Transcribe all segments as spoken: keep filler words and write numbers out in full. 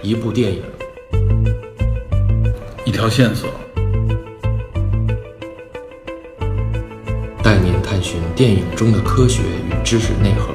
一部电影， 一条线索， 带您探寻电影中的科学与知识内核。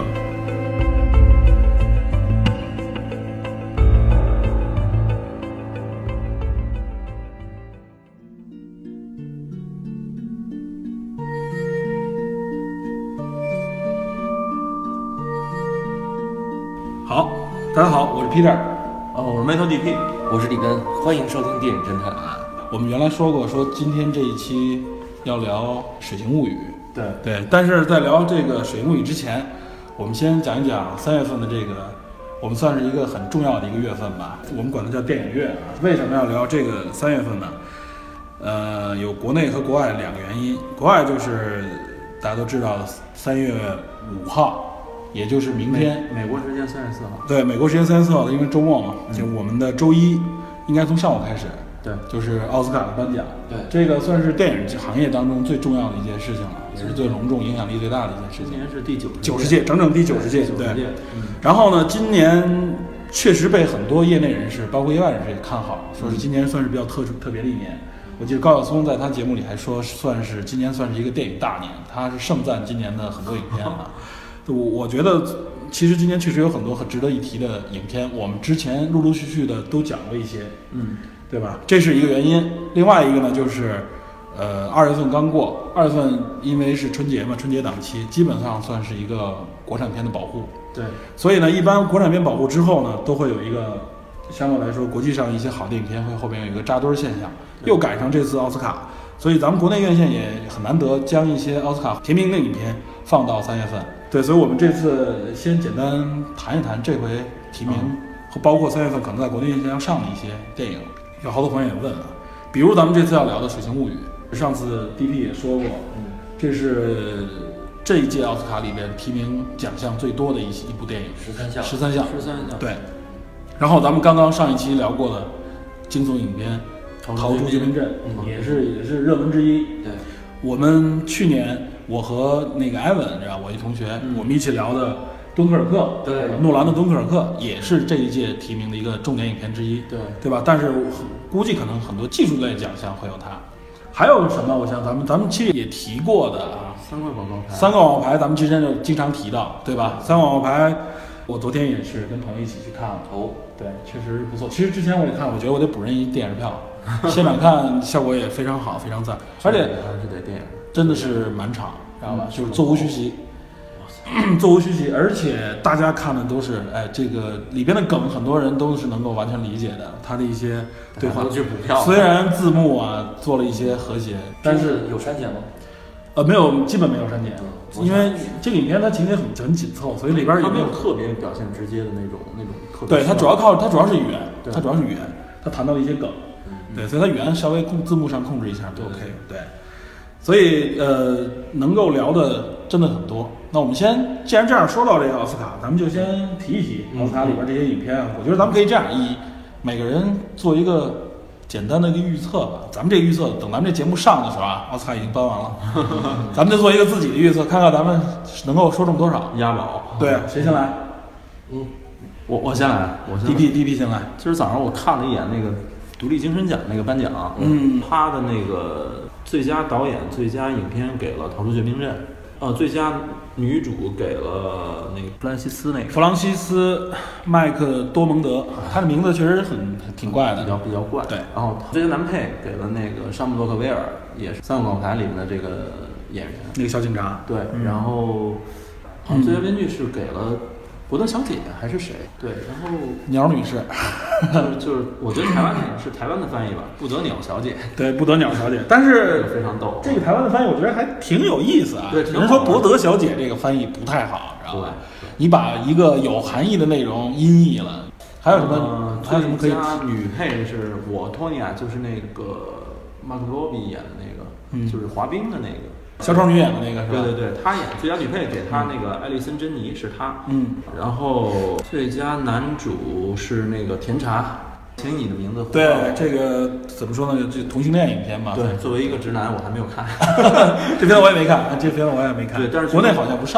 好，大家好，我是 Peter， 哦，我是 Metal D P， 我是李根，欢迎收听电影侦探啊。 我们原来说过，说今天这一期要聊《水形物语》， 对对，但是在聊这个《水形物语》之前，我们先讲一讲三月份的这个，我们算是一个很重要的一个月份吧，我们管它叫电影月啊。为什么要聊这个三月份呢？呃，有国内和国外两个原因。国外就是大家都知道，三月五号。也就是明天， 美, 美国时间三月四号。 对，美国时间三月四号的，因为周末嘛，嗯、就我们的周一应该从上午开始。 对， 就是奥斯卡的颁奖。 对， 这个算是电影行业当中最重要的一件事情了，也是最隆重、影响力最大的一件事情。 今年是第九九十届，整整第九十届。对， 对嗯、 然后呢，今年确实被很多业内人士，包括业外人士也看好，说是今年算是比较特殊、特别的一年。我记得高晓松在他节目里还说，算是今年算是一个电影大年，他是盛赞今年的很多影片啊。我我觉得，其实今年确实有很多很值得一提的影片，我们之前陆陆续续的都讲过一些， 嗯， 对吧？这是一个原因。另外一个呢，就是呃，二月份刚过，二月份因为是春节嘛，春节档期基本上算是一个国产片的保护。 对， 所以呢，一般国产片保护之后呢，都会有一个相对来说国际上一些好的影片会后边有一个扎堆现象，又赶上这次奥斯卡，所以咱们国内院线也很难得将一些奥斯卡提名的影片放到三月份。对，所以我们这次先简单谈一谈这回提名和包括三月份可能在国内院线要上的一些电影。有好多朋友也问啊，比如咱们这次要聊的《水形物语》，上次 D P 也说过， 嗯， 这是这一届奥斯卡里边提名奖项最多的一一部电影， 十三项， 十三项， 十三项。 对。然后咱们刚刚上一期聊过的惊悚影片《逃出绝命镇》， 嗯， 也是也是热门之一。 对， 我们去年我和那个艾文，知道我一同学，嗯、我们一起聊的《敦刻尔克》， 对， 诺兰的《敦刻尔克》也是这一届提名的一个重点影片之一， 对， 对吧？但是估计可能很多技术类奖项会有它。还有什么？我想咱们咱们其实也提过的啊， 三个广告牌， 三个广告牌，咱们之前就经常提到，对吧？三个广告牌，我昨天也是跟朋友一起去看了， 哦， 对，确实不错。其实之前我也看，我觉得我得补人一电影票，现场看效果也非常好，非常赞，而且还是得电影， 真的是满场，知道吧？就是座无虚席。座无虚席，而且大家看的都是，哎，这个里边的梗，很多人都是能够完全理解的。他的一些对话， 去补票， 虽然字幕啊做了一些和谐，但是有删减吗？ 呃，没有，基本没有删减，因为这个影片它情节很很紧凑，所以里边也没有特别表现直接的那种那种特别。 对，它主要靠它主要是语言，它主要是语言，它谈到了一些梗，对，所以它语言稍微控字幕上控制一下就 OK， 对。所以呃，能够聊的真的很多。那我们先，既然这样说到这个奥斯卡，咱们就先提一提奥斯卡里边这些影片啊。我觉得咱们可以这样，以每个人做一个简单的一个预测吧。咱们这个预测，等咱们这节目上的时候啊，奥斯卡已经颁完了，咱们就做一个自己的预测，看看咱们能够说中多少。 押宝。 对，谁先来？ 嗯，我我先来，我先来。 D P D P 先来。 今儿早上我看了一眼那个独立精神奖那个颁奖， 嗯， 他的那个最佳导演、最佳影片给了《逃出绝命镇》，呃，最佳女主给了那个弗兰西斯那个弗朗西斯麦克多蒙德，他的名字确实很挺怪的， 比较比较怪。 对， 然后最佳男配给了那个山姆洛克威尔，也是三个广告牌里面的这个演员， 那个小警察。 对， 嗯、 然后、嗯、最佳编剧是给了伯德小姐还是谁？对，然后鸟女士， 就是就是，我觉得台湾的是台湾的翻译吧，不得鸟小姐。 对，不得鸟小姐，但是非常逗。 这个台湾的翻译我觉得还挺有意思啊。 对， 只能说伯德小姐这个翻译不太好，知道吧？你把一个有含义的内容音译了，还有什么？ 呃、 还有什么可以？ 女配是我托尼娅，就是那个马克罗比演的那个， 嗯， 就是滑冰的那个。 小丑女演的那个是吧？ 对对对，她演最佳女配给她那个艾丽森·珍妮是她， 嗯， 然后最佳男主是那个甜茶，请你的名字。 对，这个怎么说呢？这同性恋影片嘛。 对，作为一个直男，我还没有看， 这片我也没看，这片我也没看。 对，但是国内好像不上啊，是吧？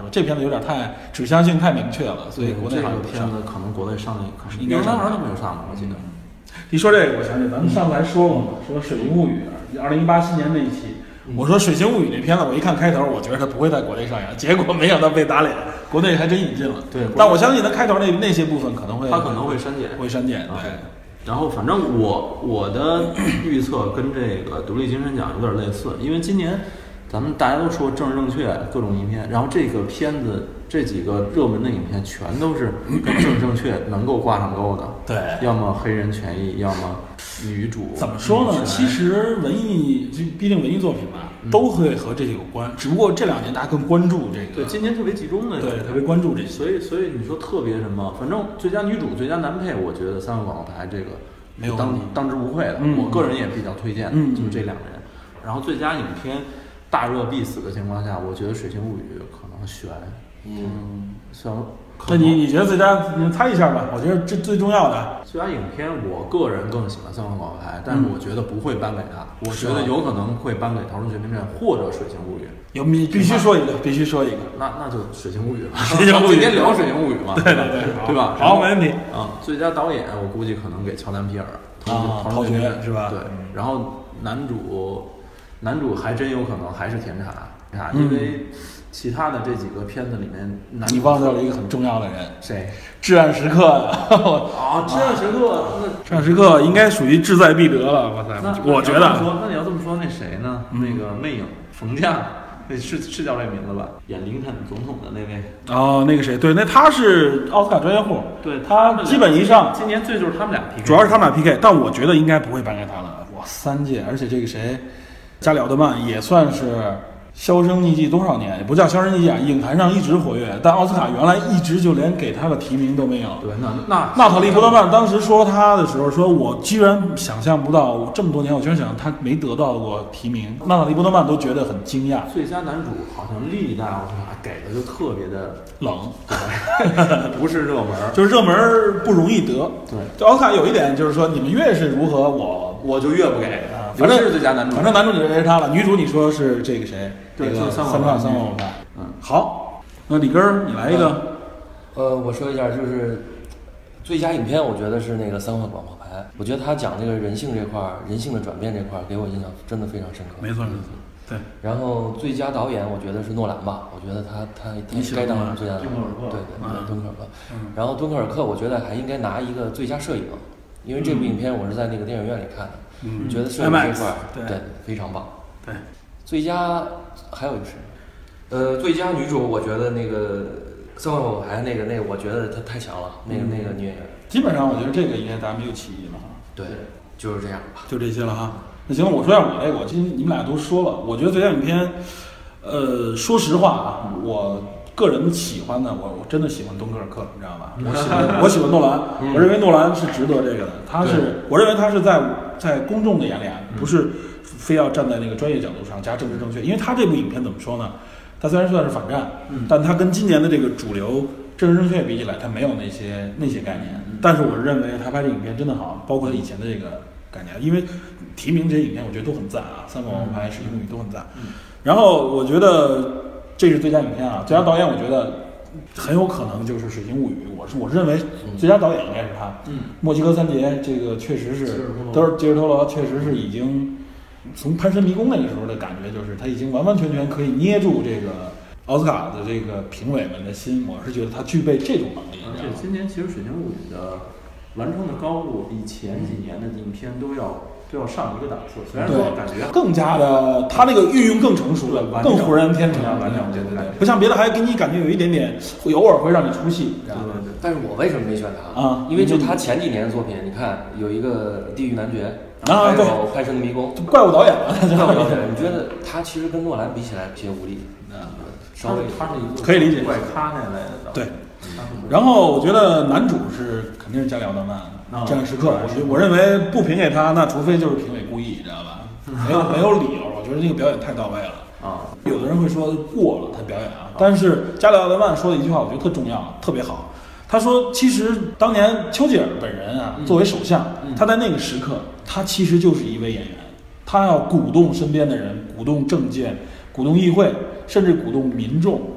说这片子有点太指向性太明确了，所以国内好像这个片子可能国内上映可能应该上都没有上，我记得。 一说这个，我想起咱们上次还说过嘛，说《水形物语》二零一八新年那一期，我说《水形物语》这片子，我一看开头，我觉得它不会在国内上映，结果没想到被打脸，国内还真引进了。 对， 但我相信它开头那那些部分可能会， 它可能会删减， 会删减。 对。然后反正我我的预测跟这个独立精神奖有点类似，因为今年咱们大家都说政治正确各种影片，然后这个片子这几个热门的影片全都是跟政治正确能够挂上钩的。 对， 要么黑人权益，要么女主。 怎么说呢？其实文艺就毕竟文艺作品嘛，嗯、都会和这些有关。只不过这两年大家更关注这个。 对，今年特别集中的。 对，特别关注这些。 所以，所以你说特别什么？反正最佳女主、最佳男配，我觉得三个广告牌这个没有当当之无愧的。 嗯、 我个人也比较推荐， 嗯、 就是这两个人。然后最佳影片大热必死的情况下，我觉得《水形物语》可能悬。嗯，像。 那你你觉得最佳？你猜一下吧。我觉得这最重要的最佳影片，我个人更喜欢《三环广告牌》，但是我觉得不会颁给他，嗯、我觉得有可能会颁给《逃出绝命镇》或者《水形物语》。 有你必须说一个，必须说一个。 那那就《水形物语》吧。 水形物语， 今天聊《水形物语》嘛？ 对对对， 对吧？ 好，没问题。 啊，最佳导演我估计可能给乔丹皮尔， 啊，逃学是吧？ 对。然后男主，男主还真有可能还是甜茶啊，因为。其他的这几个片子里面， 你忘掉了一个很重要的人， 谁？ 至暗时刻的啊，至暗时刻，那至暗时刻应该属于志在必得了。哇塞，我觉得。 那你要这么说，那谁呢？嗯、那个魅影冯驾，那是是叫这名字吧？演林肯总统的那位。 哦，那个谁？对，那他是奥斯卡专业户， 对他基本一上。 今年最就是他们俩 P K， 主要是他们俩 P K， 但我觉得应该不会颁给他了。哇，三届，而且这个谁，加里奥德曼也算是。销声匿迹多少年？也不叫销声匿迹啊，影坛上一直活跃，但奥斯卡原来一直就连给他的提名都没有。 对，那那娜塔莉·波特曼当时说他的时候说，我居然想象不到，我这么多年我居然想象他没得到过提名。娜塔莉·波特曼都觉得很惊讶。 最佳男主好像历代奥斯卡给的就特别的冷， 不是热门， 就是热门不容易得。 对， 就奥斯卡有一点就是说，你们越是如何，我我就越不给啊。 反正是最佳男主， 反正男主你认为是他了，女主你说是这个谁？ 对， 这个三块三块牌。嗯，好，那李根儿你来一个。 呃，我说一下，就是最佳影片，我觉得是那个《三环广告牌》。我觉得他讲这个人性这块儿，人性的转变这块儿，给我印象真的非常深刻。 没错没错，对。 然后最佳导演，我觉得是诺兰吧。我觉得他他他该当最佳导演。对对对，敦刻尔克。然后敦刻尔克，我觉得还应该拿一个最佳摄影，因为这部影片我是在那个电影院里看的， 嗯， 觉得摄影这块儿对非常棒。 对。 最佳还有一个是，呃，最佳女主，我觉得那个三环广告牌那个那个，我觉得她太强了，那个、嗯、那个女演员。 基本上我觉得这个应该咱没有歧义了哈。 对，就是这样吧。 就这些了哈。那行，我说下我这个，今你们俩都说了，我觉得最佳影片，呃，说实话啊，我个人喜欢的，我我真的喜欢敦刻尔克，你知道吧？我喜欢我喜欢诺兰，嗯、我认为诺兰是值得这个的。他是，我认为他是在在公众的眼里啊，不是。非要站在那个专业角度上加政治正确，因为他这部影片怎么说呢？他虽然算是反战，嗯、但他跟今年的这个主流政治正确比起来，他没有那些那些概念。嗯、但是我认为他拍这影片真的好，包括他以前的这个概念，因为提名这些影片我觉得都很赞啊，《三个王牌》《水形物语》都很赞。嗯、然后我觉得这是最佳影片啊，最佳导演我觉得很有可能就是《水形物语》，我是我是认为最佳导演应该是他。嗯，墨西哥三杰这个确实是都是吉尔托罗，确实是已经。从潘神迷宫那个时候的感觉，就是他已经完完全全可以捏住这个奥斯卡的这个评委们的心。我是觉得他具备这种能力。 而且今年其实《水形物语》的完成的高度比前几年的影片都要都要上一个档次。虽然说感觉更加的，他那个运用更成熟了，更浑然天成， 完整。对对对， 不像别的还给你感觉有一点点，会偶尔会让你出戏。 对对对。 但是我为什么没选他啊？ 因为就他前几年的作品，你看有一个《地狱男爵》。 啊，对， 潘神的迷宫， 怪物导演嘛， 怪物导演。你觉得他其实跟诺兰比起来偏无力，稍微他是一个可以理解怪咖那类的。 对，然后我觉得男主是肯定是加里奥德曼，《战时刻》，我我认为不评给他，那除非就是评委故意，知道吧？没有没有理由，我觉得这个表演太到位了啊。有的人会说过了他表演啊，但是加里奥德曼说的一句话，我觉得特重要，特别好。他说：“其实当年丘吉尔本人啊，作为首相，嗯、他在那个时刻，他其实就是一位演员。他要鼓动身边的人，鼓动政界，鼓动议会，甚至鼓动民众，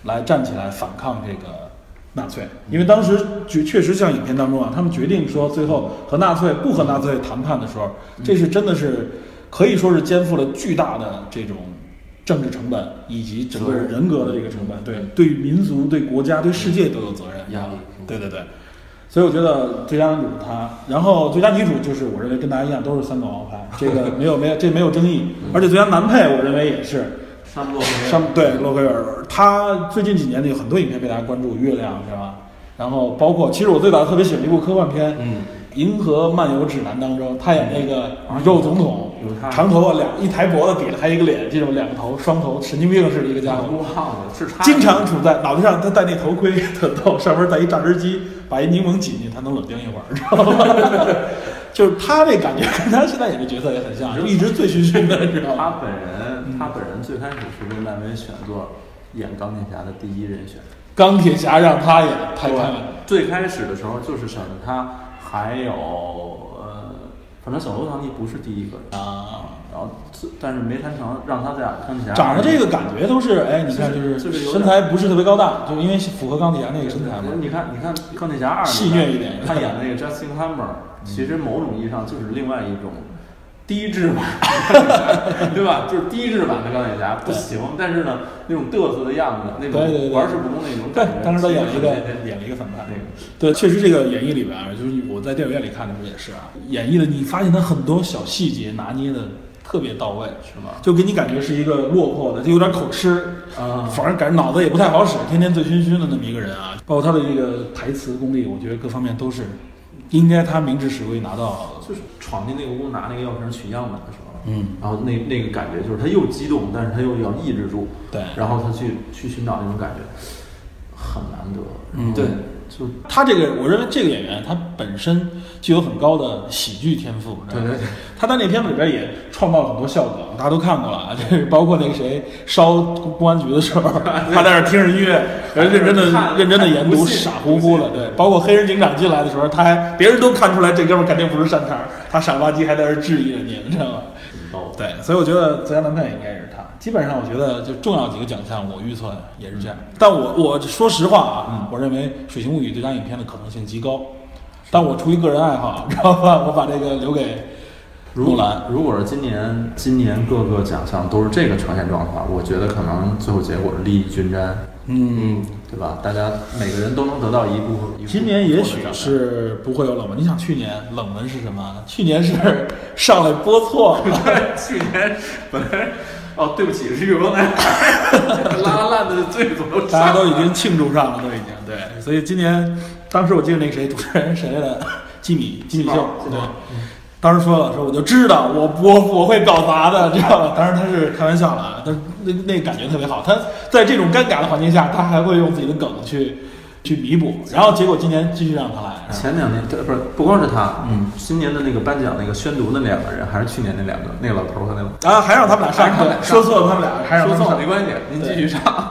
来站起来反抗这个纳粹，因为当时确确实像影片当中啊，他们决定说最后和纳粹不和纳粹谈判的时候，这是真的是可以说是肩负了巨大的这种政治成本以及整个人格的这个成本，对对民族、对国家、对世界都有责任压力。 对对对，所以我觉得最佳男主是他，然后最佳女主就是我认为跟大家一样都是三个王牌，这个没有没有这没有争议，而且最佳男配我认为也是。 山洛克山对洛克威尔，他最近几年有很多影片被大家关注，月亮是吧？然后包括其实我最早特别喜欢一部科幻片，嗯，《银河漫游指南》当中，他演那个宇宙总统，长头发两一抬脖子，底下还有一个脸，这种两个头双头神经病似的一个家伙， 是他经常处在脑袋上，他戴那头盔特逗，上面带一榨汁机，把一柠檬挤进，他能冷静一会儿，知道吗？就是他那感觉跟他现在演的角色也很像，就一直醉醺醺的，知道吗？ 他本人，他本人最开始是被漫威选作演钢铁侠的第一人选。 钢铁侠让他演，太开了。 最开始的时候就是选的他，还有呃，反正小罗唐尼不是第一个人啊。然后，但是没谈成，让他在钢铁侠长得这个感觉都是，哎，你看就是身材不是特别高大，就是因为符合钢铁侠那个身材嘛。 你看，你看钢铁侠二戏谑一点， 他演的那个 Justin Hammer， 其实某种意义上就是另外一种低质版，对吧？就是低质版的钢铁侠不行，但是呢，那种嘚瑟的样子，那种玩世不恭那种感觉。 对，当时他演了一个演了一个反派。对，确实这个演绎里边，就是我在电影院里看的时候也是啊，演绎的你发现他很多小细节拿捏的特别到位， 是吗？ 就给你感觉是一个落魄的，就有点口吃啊，反正感觉脑子也不太好使，天天醉醺醺的那么一个人啊。包括他的这个台词功力，我觉得各方面都是应该他明智实归拿到。 就是闯进那个屋拿那个钥匙取样本的时候，嗯，然后那那个感觉就是他又激动，但是他又要抑制住， 对， 然后他去去寻找那种感觉，很难得， 嗯， 对。 就他这个，我认为这个演员他本身就有很高的喜剧天赋。 对对对， 他在那片子里边也创造了很多笑梗，大家都看过了，就是包括那个谁烧公安局的时候，他在那听着音乐，认真的认真的研读，傻乎乎的。对，包括黑人警长进来的时候，他还别人都看出来这哥们肯定不是善茬，他傻吧唧还在那质疑人家，你知道吗？ 哦，对， 所以我觉得最佳男配应该也是他。基本上我觉得就重要几个奖项，我预测也是这样。但我我说实话啊，嗯、我认为《水形物语》这张影片的可能性极高。但我出于个人爱好，知道吧？我把这个留给诺兰。 如果是今年今年各个奖项都是这个呈现状况，我觉得可能最后结果是利益均沾。嗯，对吧？大家每个人都能得到一部分。 今年也许是不会有冷门。你想去年冷门是什么？去年是上来播错。 对，去年本来哦，对不起，是宇宙男孩，拉拉烂的最多， 大家都已经庆祝上了，都已经对。所以今年，当时我记得那个谁，主持人谁来的，吉米吉米秀，对。当时说了，说我就知道我我我会搞砸的，知道吧？当然他是开玩笑了，但是那那感觉特别好。他在这种尴尬的环境下，他还会用自己的梗去去弥补。然后结果今年继续让他来。 前两年对，不是不光是他，嗯，今年的那个颁奖那个宣读的那两个人，还是去年那两个那个老头和那个啊，还让他们俩上，说错了他们俩，还让他们上， 没关系，您继续上。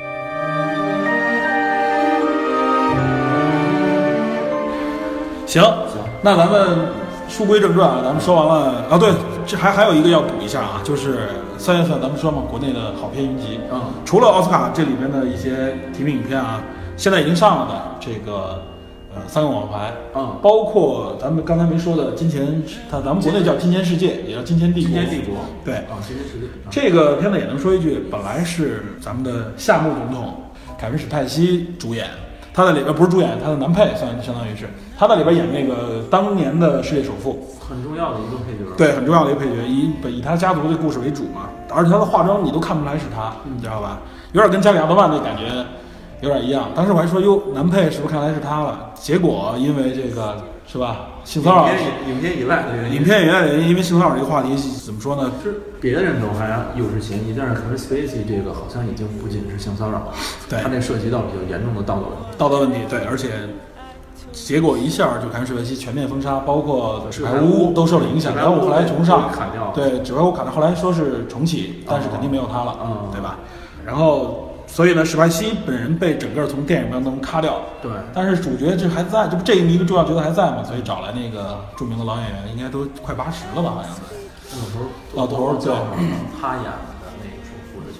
行行，那咱们。书归正传啊，咱们说完了啊，对，这还还有一个要补一下啊，就是三月份咱们说嘛，国内的好片云集，嗯，除了奥斯卡这里边的一些提名影片啊，现在已经上了的这个呃三个王牌，嗯，包括咱们刚才没说的金钱，它咱们国内叫金钱世界，也叫金钱帝国， 金钱帝国， 对， 啊，金钱世界， 这个片子也能说一句，本来是咱们的夏目总统凯文史派西主演。他在里边不是主演，他的男配算相当于是他在里边演那个当年的世界首富， 很重要的一个配角。 对，很重要的一个配角，以以他家族的故事为主嘛。而且他的化妆你都看不出来是他，你知道吧？有点跟加里奥德曼那感觉有点一样。当时我还说哟，男配是不是看来是他了？结果因为这个是吧，性骚扰， 影片以外的原因， 影片以外的原因，因为性骚扰这个话题怎么说呢？ 是别的人都还有是嫌疑，但是 Kevin Spacey 这个好像已经不仅是性骚扰了， 对， 他这涉及到比较严重的道德问题。 道德问题，对，而且结果一下就凯文史派西全面封杀，包括纸牌屋都受了影响，然后后来重上，对，纸牌屋砍掉，后来说是重启，但是肯定没有他了，嗯，对吧？然后。所以呢，史派西本人被整个从电影当中咔掉， 对， 但是主角这还在，这不这一个重要角色还在嘛，所以找来那个著名的老演员，应该都快八十了吧，好像是。 老头， 老头，对， 他演的那个首富的角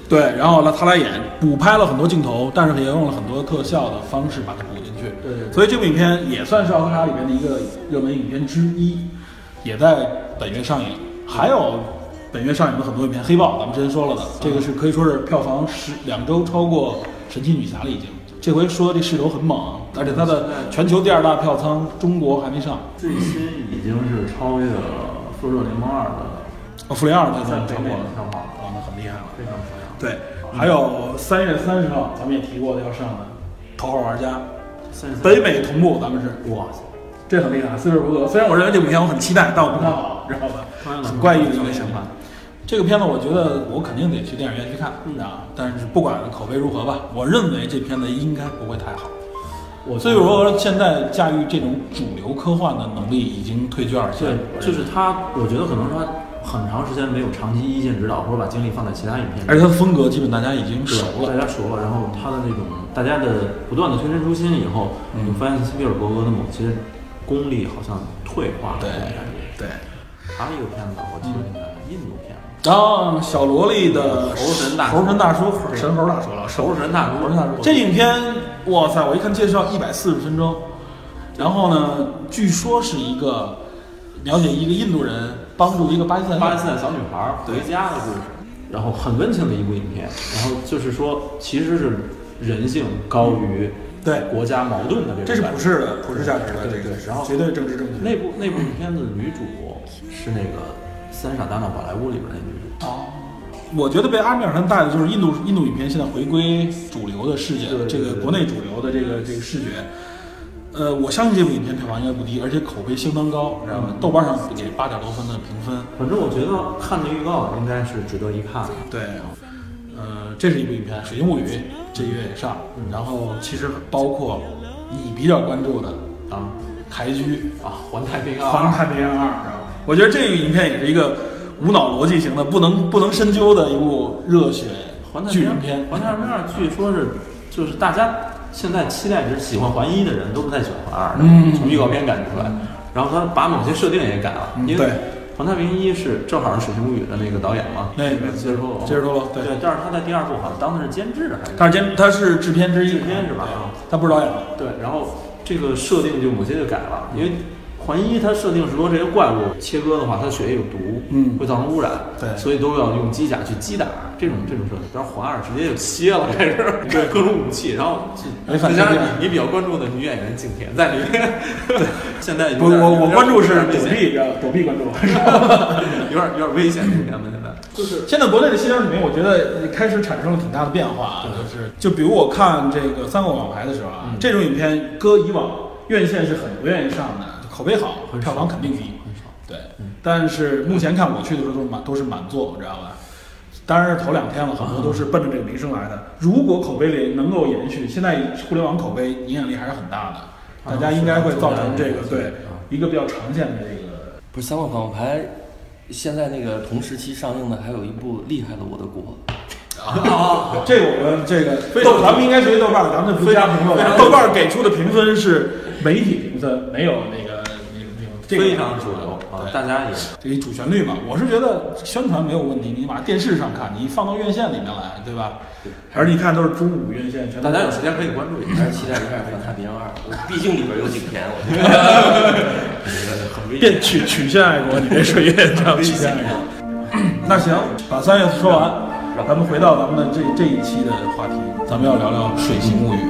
对，然后他来演，补拍了很多镜头，但是也用了很多特效的方式把它补进去。 对对对， 所以这部影片也算是奥斯卡里面的一个热门影片之一，也在本月上映。还有本月上映的很多影片，《黑豹》咱们之前说了的，这个是可以说是票房十两周超过《神奇女侠》了，已经。这回说这势头很猛，而且它的全球第二大票仓，中国还没上。 最新已经是超越了《复仇者联盟二》的。 哦，复联二它在超过了， 票房啊，那很厉害了， 非常漂亮。 对，还有三月三十号咱们也提过的要上的《头号玩家》，北美同步，咱们是哇塞，这很厉害，斯皮尔伯格。虽然我认为这部片我很期待，但我不看好，知道吧？很怪异的一个想法。这个片子我觉得我肯定得去电影院去看啊，但是不管口碑如何吧，我认为这片子应该不会太好。斯皮尔伯格现在驾驭这种主流科幻的能力已经退居二线。 对，就是他，我觉得可能他很长时间没有长期一线指导，或者把精力放在其他影片， 而且他的风格基本大家已经熟了， 大家熟了。然后他的那种大家的不断的推陈出新以后，嗯、你发现斯皮尔伯格的某些功力好像退化了， 对感觉。 对， 还有一个片子，我记得你看印度片。 然后小萝莉的猴神大猴神大叔，神猴大叔了， 猴神大叔， 猴神大叔。这影片，哇塞！我一看介绍一百四十分钟，然后呢，据说是一个描写一个印度人帮助一个巴基斯坦巴基斯坦小女孩回家的故事，然后很温情的一部影片。然后就是说，其实是人性高于对国家矛盾的这种， 这是普世的普世价值的， 对对。然后绝对政治正确。 那部那部片子女主是那个。三傻大闹宝莱坞里边的女主哦，我觉得被阿米尔汗带的就是印度印度影片现在回归主流的视角，这个国内主流的这个这个视觉。呃，我相信这部影片票房应该不低，而且口碑相当高，知道吗？嗯、豆瓣上给八点多分的评分。 反正我觉得看这预告应该是值得一看的。 对，呃，这是一部影片《水形物语》，这一月也上。嗯、然后其实包括你比较关注的啊，台剧啊，《环太平洋》 《环太平洋二》，知道吗？我觉得这个影片也是一个无脑逻辑型的、不能不能深究的一部热血巨人片。 环太平洋二据说是就是大家现在期待值喜欢环一的人都不太喜欢环二的， 嗯、 从预告片感觉出来。然后他把某些设定也改了， 嗯、 因为环太平一是正好是《水形物语》的那个导演嘛， 那个吉尔托罗， 吉尔托罗对对，但是他在第二部好像当的是监制还是？ 他是监，他是制片之一， 制片是吧？ 他不是导演。 对，然后这个设定就某些就改了，因为。环一它设定是说这些怪物切割的话，它的血液有毒， 嗯， 会造成污染， 对， 所以都要用机甲去击打这种这种设定。但是环二直接就切了，开始对各种武器，然后再加上你你比较关注的女演员景甜在里面，对，现在我我我关注是躲避，躲避关注， 有点有点危险，景甜们现在就是现在国内的新疆里面，我觉得开始产生了挺大的变化，就是就比如我看这个《三个王牌》的时候啊，这种影片搁以往院线是很不愿意上的。口碑好，票房肯定低，对。但是目前看我去的时候都是满都是满座，知道吧？当然是头两天了，很多都是奔着这个名声来的。如果口碑力能够延续，现在互联网口碑影响力还是很大的，大家应该会造成这个对一个比较长线的这个。 不是三个王牌，现在那个同时期上映的还有一部厉害的《我的国》。 啊，这个我们这个豆，咱们应该学习豆瓣，咱们不加评论。豆瓣给出的评分是媒体评分，没有那个那个那个这个非常主流啊，大家也这一主旋律嘛。我是觉得宣传没有问题，你把电视上看，你放到院线里面来，对吧？而你看都是中午院线，全大家有时间可以关注一下。 还是期待一下《太平洋二》，毕竟里边有景甜，我觉得很危险。 变曲曲线爱国，你这属于这样曲线爱国。那行，把三月说完。咱们回到咱们的这这一期的话题，咱们要聊聊《水形物语》。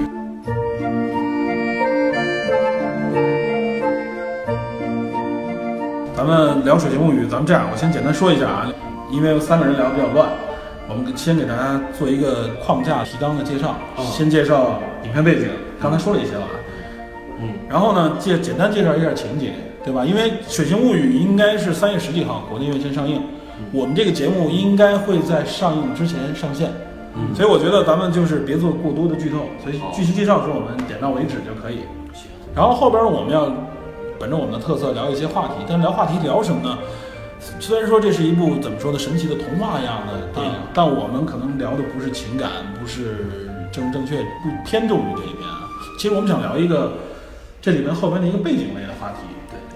咱们聊《水形物语》，咱们这样，我先简单说一下啊，因为三个人聊得比较乱，我们先给大家做一个框架提纲的介绍。哦、先介绍影片背景，刚才说了一些了，嗯，然后呢，介简单介绍一下情节，对吧？因为《水形物语》应该是三月十几号国内院线上映。我们这个节目应该会在上映之前上线，嗯，所以我觉得咱们就是别做过多的剧透，所以剧情介绍的时候我们点到为止就可以。然后后边我们要本着我们的特色聊一些话题，但是聊话题聊什么呢？虽然说这是一部怎么说呢神奇的童话一样的电影，但我们可能聊的不是情感，不是政治正确，不偏重于这一边啊。其实我们想聊一个这里面后边的一个背景类的话题。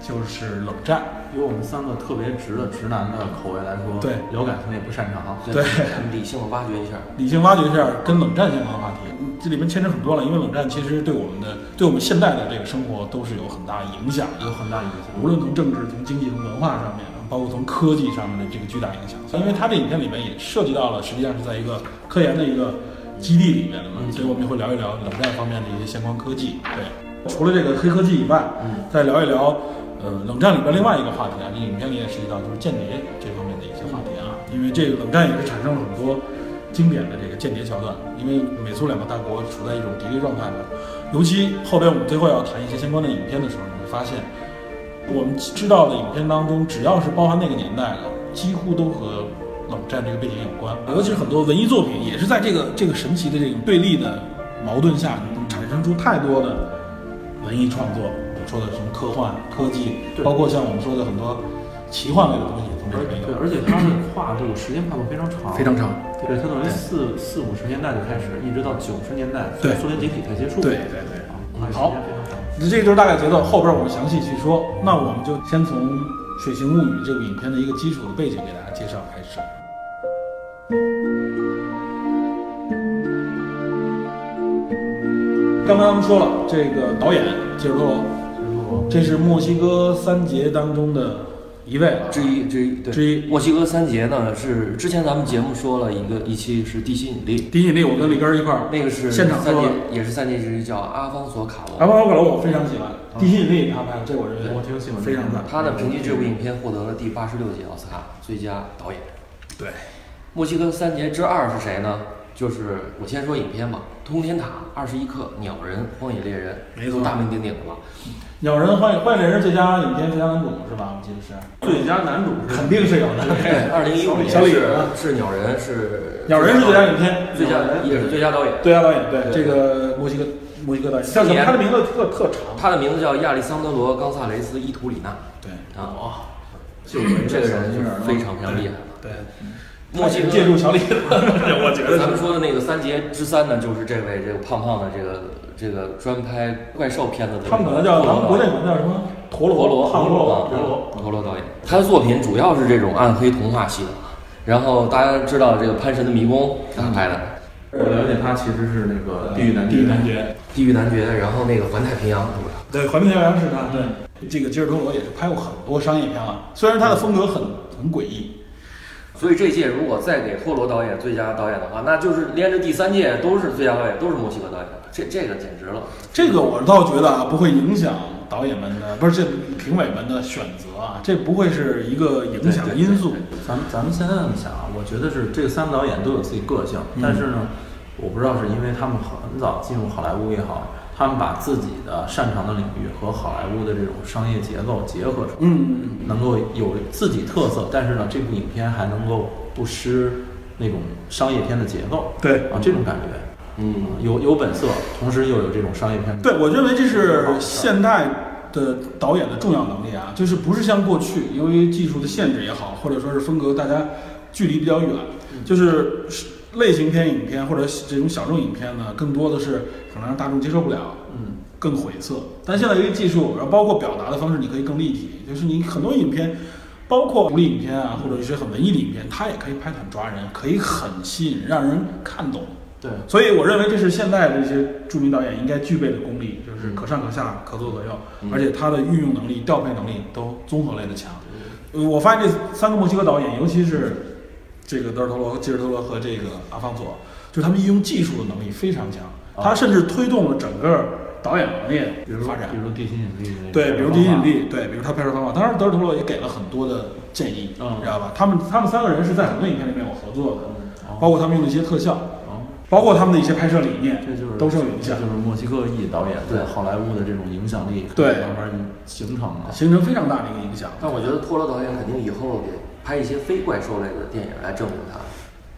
就是冷战。 以我们三个特别直的直男的口味来说， 对聊感情也不擅长， 对， 理性挖掘一下， 理性挖掘一下跟冷战相关的话题，这里面牵扯很多了，因为冷战其实对我们的对我们现代的这个生活都是有很大影响的， 有很大影响， 无论从政治、从经济、从文化上面，包括从科技上面的这个巨大影响。因为它这影片里面也涉及到了，实际上是在一个科研的一个基地里面的嘛，所以我们也会聊一聊冷战方面的一些相关科技。对，除了这个黑科技以外，嗯，再聊一聊呃冷战里边另外一个话题啊，这影片里也涉及到就是间谍这方面的一些话题啊，因为这个冷战也是产生了很多经典的这个间谍桥段，因为美苏两个大国处在一种敌对状态嘛，尤其后边我们最后要谈一些相关的影片的时候，你会发现我们知道的影片当中，只要是包含那个年代的，几乎都和冷战这个背景有关，尤其是很多文艺作品也是在这个这个神奇的这种对立的矛盾下，产生出太多的文艺创作。说的什么科幻、科技，包括像我们说的很多奇幻类的东西，从这里面有。 对，而且它的跨度、时间跨度非常长， 非常长。 对，它等于四四五十年代就开始，一直到九十年代， 对， 苏联解体才结束。 对对对。好，那这个就是大概节奏，后边我们详细去说。那我们就先从《水形物语》这部影片的一个基础的背景给大家介绍开始。刚刚说了，这个导演吉尔托罗，这是墨西哥三杰当中的一位之一之一。对， 之一。 墨西哥三杰呢是之前咱们节目说了一个一期是地心引力， 地心引力我跟李根一块儿， 那个是现场三杰，也是三杰之一，叫阿方索卡罗。 阿方索卡罗我非常喜欢，地心引力他拍的，这我认为我挺喜欢， 非常赞。 他呢凭借这部影片获得了第八十六届奥斯卡最佳导演。 对， 墨西哥三杰之二是谁呢？就是我先说影片吧，《通天塔》、《二十一克》、《鸟人》、《荒野猎人》， 没错， 大名鼎鼎的吧。 鸟人、荒野荒野猎人最佳影片最佳男主是吧？我记得是最佳男主， 肯定是有的。 对，二零一五年是是鸟人是鸟人是最佳影片， 最佳也是最佳导演， 最佳导演。对，这个墨西哥墨西哥导演叫什么？他的名字特特长， 他的名字叫亚历桑德罗·冈萨雷斯·伊图里纳。 对啊， 哇， 这个人就是非常非常厉害了。 对。 墨西哥借助小李子，我觉得咱们说的那个三杰之三呢，就是这位这个胖胖的这个这个专拍怪兽片子的。 他们可能叫咱们国内可能叫什么陀螺陀螺陀螺陀螺陀螺导演。他的作品主要是这种暗黑童话系的，然后大家知道这个《潘神的迷宫》他拍的。 我了解他其实是那个《地狱男地狱男爵》， 地狱男爵，然后那个《环太平洋》是吧？ 对，《环太平洋》是他。对，这个吉尔托罗也是拍过很多商业片了，虽然他的风格很很诡异。 所以这届如果再给托罗导演最佳导演的话，那就是连着第三届都是最佳导演，都是墨西哥导演，这这个简直了。 这个我倒觉得啊，不会影响导演们的，不是这评委们的选择啊，这不会是一个影响因素。 咱们咱们现在这么想，我觉得是这三个导演都有自己个性，嗯、但是呢，我不知道是因为他们很早进入好莱坞也好。他们把自己的擅长的领域和好莱坞的这种商业节奏结合出来， 嗯， 能够有自己特色，但是呢，这部影片还能够不失那种商业片的节奏， 对啊，这种感觉， 嗯， 有有本色，同时又有这种商业片。 对，我认为这是现代的导演的重要能力啊，就是不是像过去，由于技术的限制也好，或者说是风格大家距离比较远，就是类型片影片或者这种小众影片呢，更多的是可能让大众接受不了， 嗯， 更晦涩。但现在由于技术，然后包括表达的方式，你可以更立体，就是你很多影片，包括独立影片啊，或者一些很文艺的影片，它也可以拍得很抓人，可以很吸引，让人看懂。 对， 所以我认为这是现在的一些著名导演应该具备的功力，就是可上可下，可左可右， 嗯、 而且他的运用能力、调配能力都综合类的强。呃，我发现这三个墨西哥导演，尤其是这个德尔托罗、吉尔托罗和这个阿方索，就是他们运用技术的能力非常强，他甚至推动了整个导演行业发展。 比如地心引力， 对，比如地心引力，对，比如他拍摄方法。当然，德尔托罗也给了很多的建议， 嗯， 知道吧？他们他们三个人是在很多影片里面有合作的，嗯、包括他们用的一些特效， 嗯、 包括他们的一些拍摄理念， 这就是都受影响。 就是墨西哥裔导演在好莱坞的这种影响力， 对， 慢慢形成了， 形成非常大的一个影响。 但我觉得托罗导演肯定以后得拍一些非怪兽类的电影来证明他。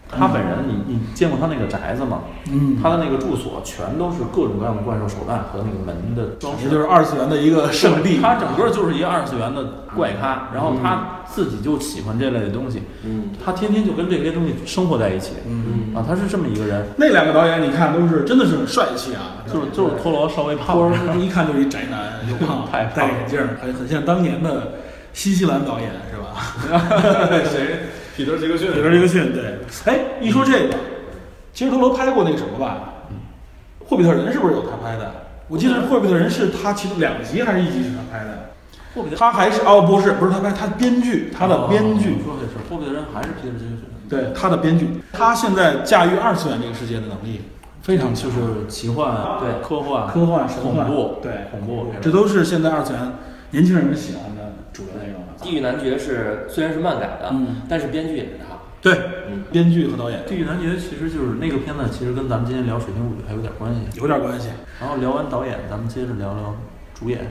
他本人，你你见过他那个宅子吗？ 嗯， 他的那个住所全都是各种各样的怪兽手办和那个门的装饰， 这就是二次元的一个圣地。 他整个就是一个二次元的怪咖，然后他自己就喜欢这类的东西，嗯，他天天就跟这些东西生活在一起，嗯啊，他是这么一个人。 那两个导演你看都是真的是很帅气啊， 就是就是陀螺稍微胖， 陀螺一看就是一宅男，又胖， 太胖， 戴眼镜，很很像当年的新西兰导演是吧？ 谁？彼得·杰克逊， 彼得·杰克逊，对。哎，一说这个，其实陀螺拍过那个什么吧？嗯，霍比特人是不是有他拍的？我记得霍比特人是他其中两集还是一集是他拍的？霍比特，他还是哦，不是，不是他拍，他编剧，他的编剧。 说的是霍比特人还是彼得·杰克逊？ 对，他的编剧，他现在驾驭二次元这个世界的能力非常强， 就是奇幻，对，科幻、 科幻、神幻、恐怖， 对， 恐怖， 这都是现在二次元年轻人们喜欢的主流内容。 地狱男爵是虽然是漫改的，嗯，但是编剧也是他。 对，嗯，编剧和导演。 地狱男爵其实就是那个片子，其实跟咱们今天聊《水形物语》还有点关系， 有点关系。 然后聊完导演，咱们接着聊聊主演。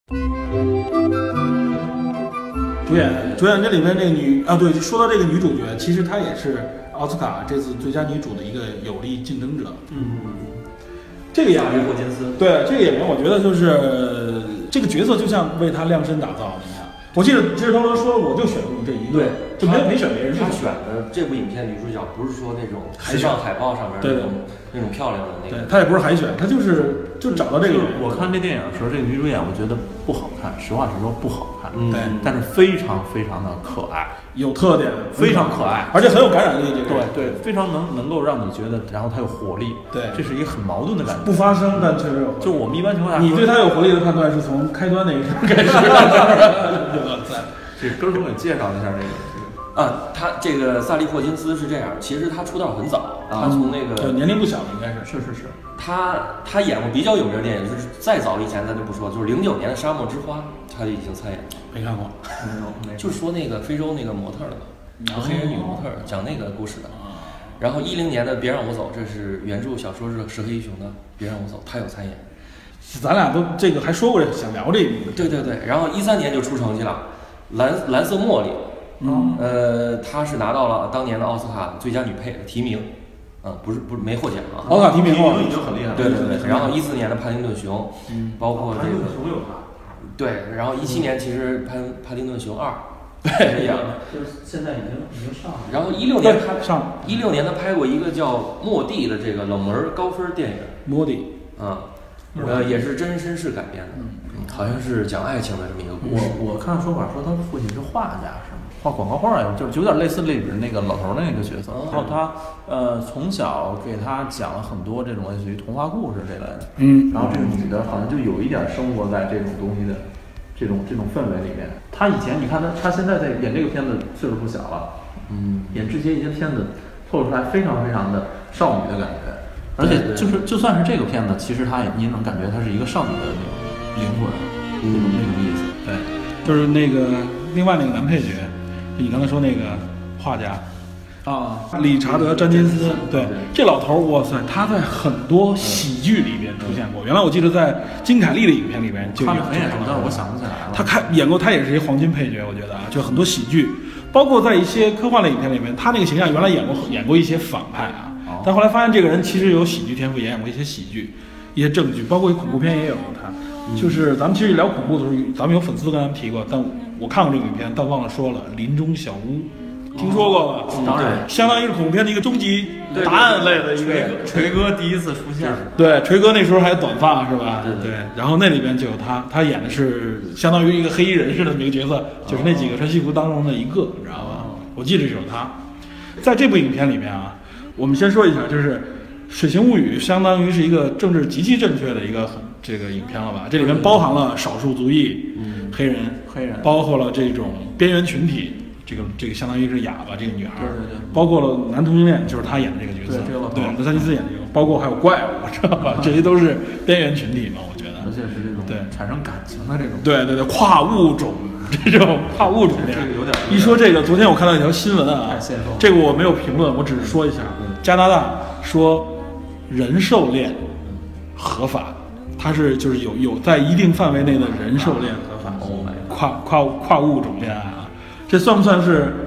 主演，主演这里面这个女啊，对，就说到这个女主角，其实她也是奥斯卡这次最佳女主的一个有力竞争者。嗯，这个演员霍金斯， 对这个演员，我觉得就是这个角色就像为她量身打造的。你看，我记得其实头头说，我就选中这一个， 对， 就没没选别人。 他选的这部影片女主角不是说那种时尚海报上面那种那种漂亮的那个， 对，她也不是海选，她就是就找到这个人。 我看这电影的时候，这个女主演我觉得不好看，实话实说不好看， 对， 但是非常非常的可爱， 有特点， 非常可爱， 而且很有感染力。这个对对，非常能能够让你觉得，然后她有活力， 对， 这是一个很矛盾的感觉， 不发声，但确实有。 就我们一般情况下， 你对她有活力的判断是从开端那一刻开始。 哇塞！这歌手给介绍一下这个啊，他这个萨利·霍金斯是这样，其实他出道很早，他从那个年龄不小，应该是是是是。 他他演过比较有名的电影，就是再早以前咱就不说，就是零九年的《沙漠之花》，他就已经参演了。 没看过， 没有，就是说那个非洲那个模特的嘛，黑人女模特讲那个故事的。然后一零年的《别让我走》，这是原著小说是石黑一雄的《别让我走》，他有参演。 咱俩都这个还说过想聊这个。 对对对，然后一三年就出成绩了。蓝蓝色茉莉，嗯，呃，她是拿到了当年的奥斯卡最佳女配的提名，嗯，不是不是没获奖啊， 奥斯卡提名已经很厉害了。 对对对，然后一四年的帕丁顿熊，嗯，包括这个， 熊有他， 对，然后一七年其实帕帕丁顿熊二， 对呀，就是现在已经已经上了。 然后一六年他上， 一六年他拍过一个叫《莫蒂》的这个冷门高分电影， 莫蒂， 啊，呃，也是真身事改编的。好像是讲爱情的这么一个故事。 我我看说法说他父亲是画家，是吗？画广告画呀，就有点类似里边那个老头的那个角色。然后他呃从小给他讲了很多这种类似于童话故事这类的。嗯。然后这个女的好像就有一点生活在这种东西的这种这种氛围里面。他以前你看他他现在在演这个片子岁数不小了，嗯，演之前一些片子透露出来非常非常的少女的感觉。而且就是就算是这个片子，其实他也你能感觉她是一个少女的那种。灵魂，那种那种意思， 对，就是那个另外那个男配角，就你刚才说那个画家啊，理查德·詹金斯，对，这老头，哇塞，他在很多喜剧里边出现过。原来我记得在金凯利的影片里边就有， 但是我想不起来了。 他看演过，他也是一黄金配角，我觉得啊，就很多喜剧，包括在一些科幻类影片里面，他那个形象原来演过演过一些反派啊，但后来发现这个人其实有喜剧天赋，也演过一些喜剧。一些正剧，包括恐怖片也有他，嗯、就是咱们其实聊恐怖的时候，咱们有粉丝跟咱们提过，但我看过这个影片，但忘了说了，《林中小屋》，听说过吧？ 当然， 相当于是恐怖片的一个终极答案类的一个。 锤哥第一次出现， 对，锤哥那时候还短发是吧？ 对 对, 对。然后那里边就有他，他演的是相当于一个黑衣人似的那么一个角色，就是那几个穿西服当中的一个，你知道吧？我记得是有他，在这部影片里面啊，我们先说一下，就是《水形物语》相当于是一个政治极其正确的一个很这个影片了吧？这里面包含了少数族裔、嗯、黑人、 黑人， 包括了这种边缘群体，这个这个相当于是哑巴这个女孩， 对对对， 包括了男同性恋，就是他演的这个角色， 对， 对，德桑尼斯演的这个，包括还有怪物，知道吧？这些都是边缘群体嘛，我觉得， 而且是这种对产生感情的这种， 对对对，跨物种。这种跨物种恋， 这个有点一说这个，昨天我看到一条新闻啊，这个我没有评论，我只是说一下，加拿大说人兽恋合法，它是就是有有在一定范围内的人兽恋合法，跨跨跨物种恋爱啊，这算不算是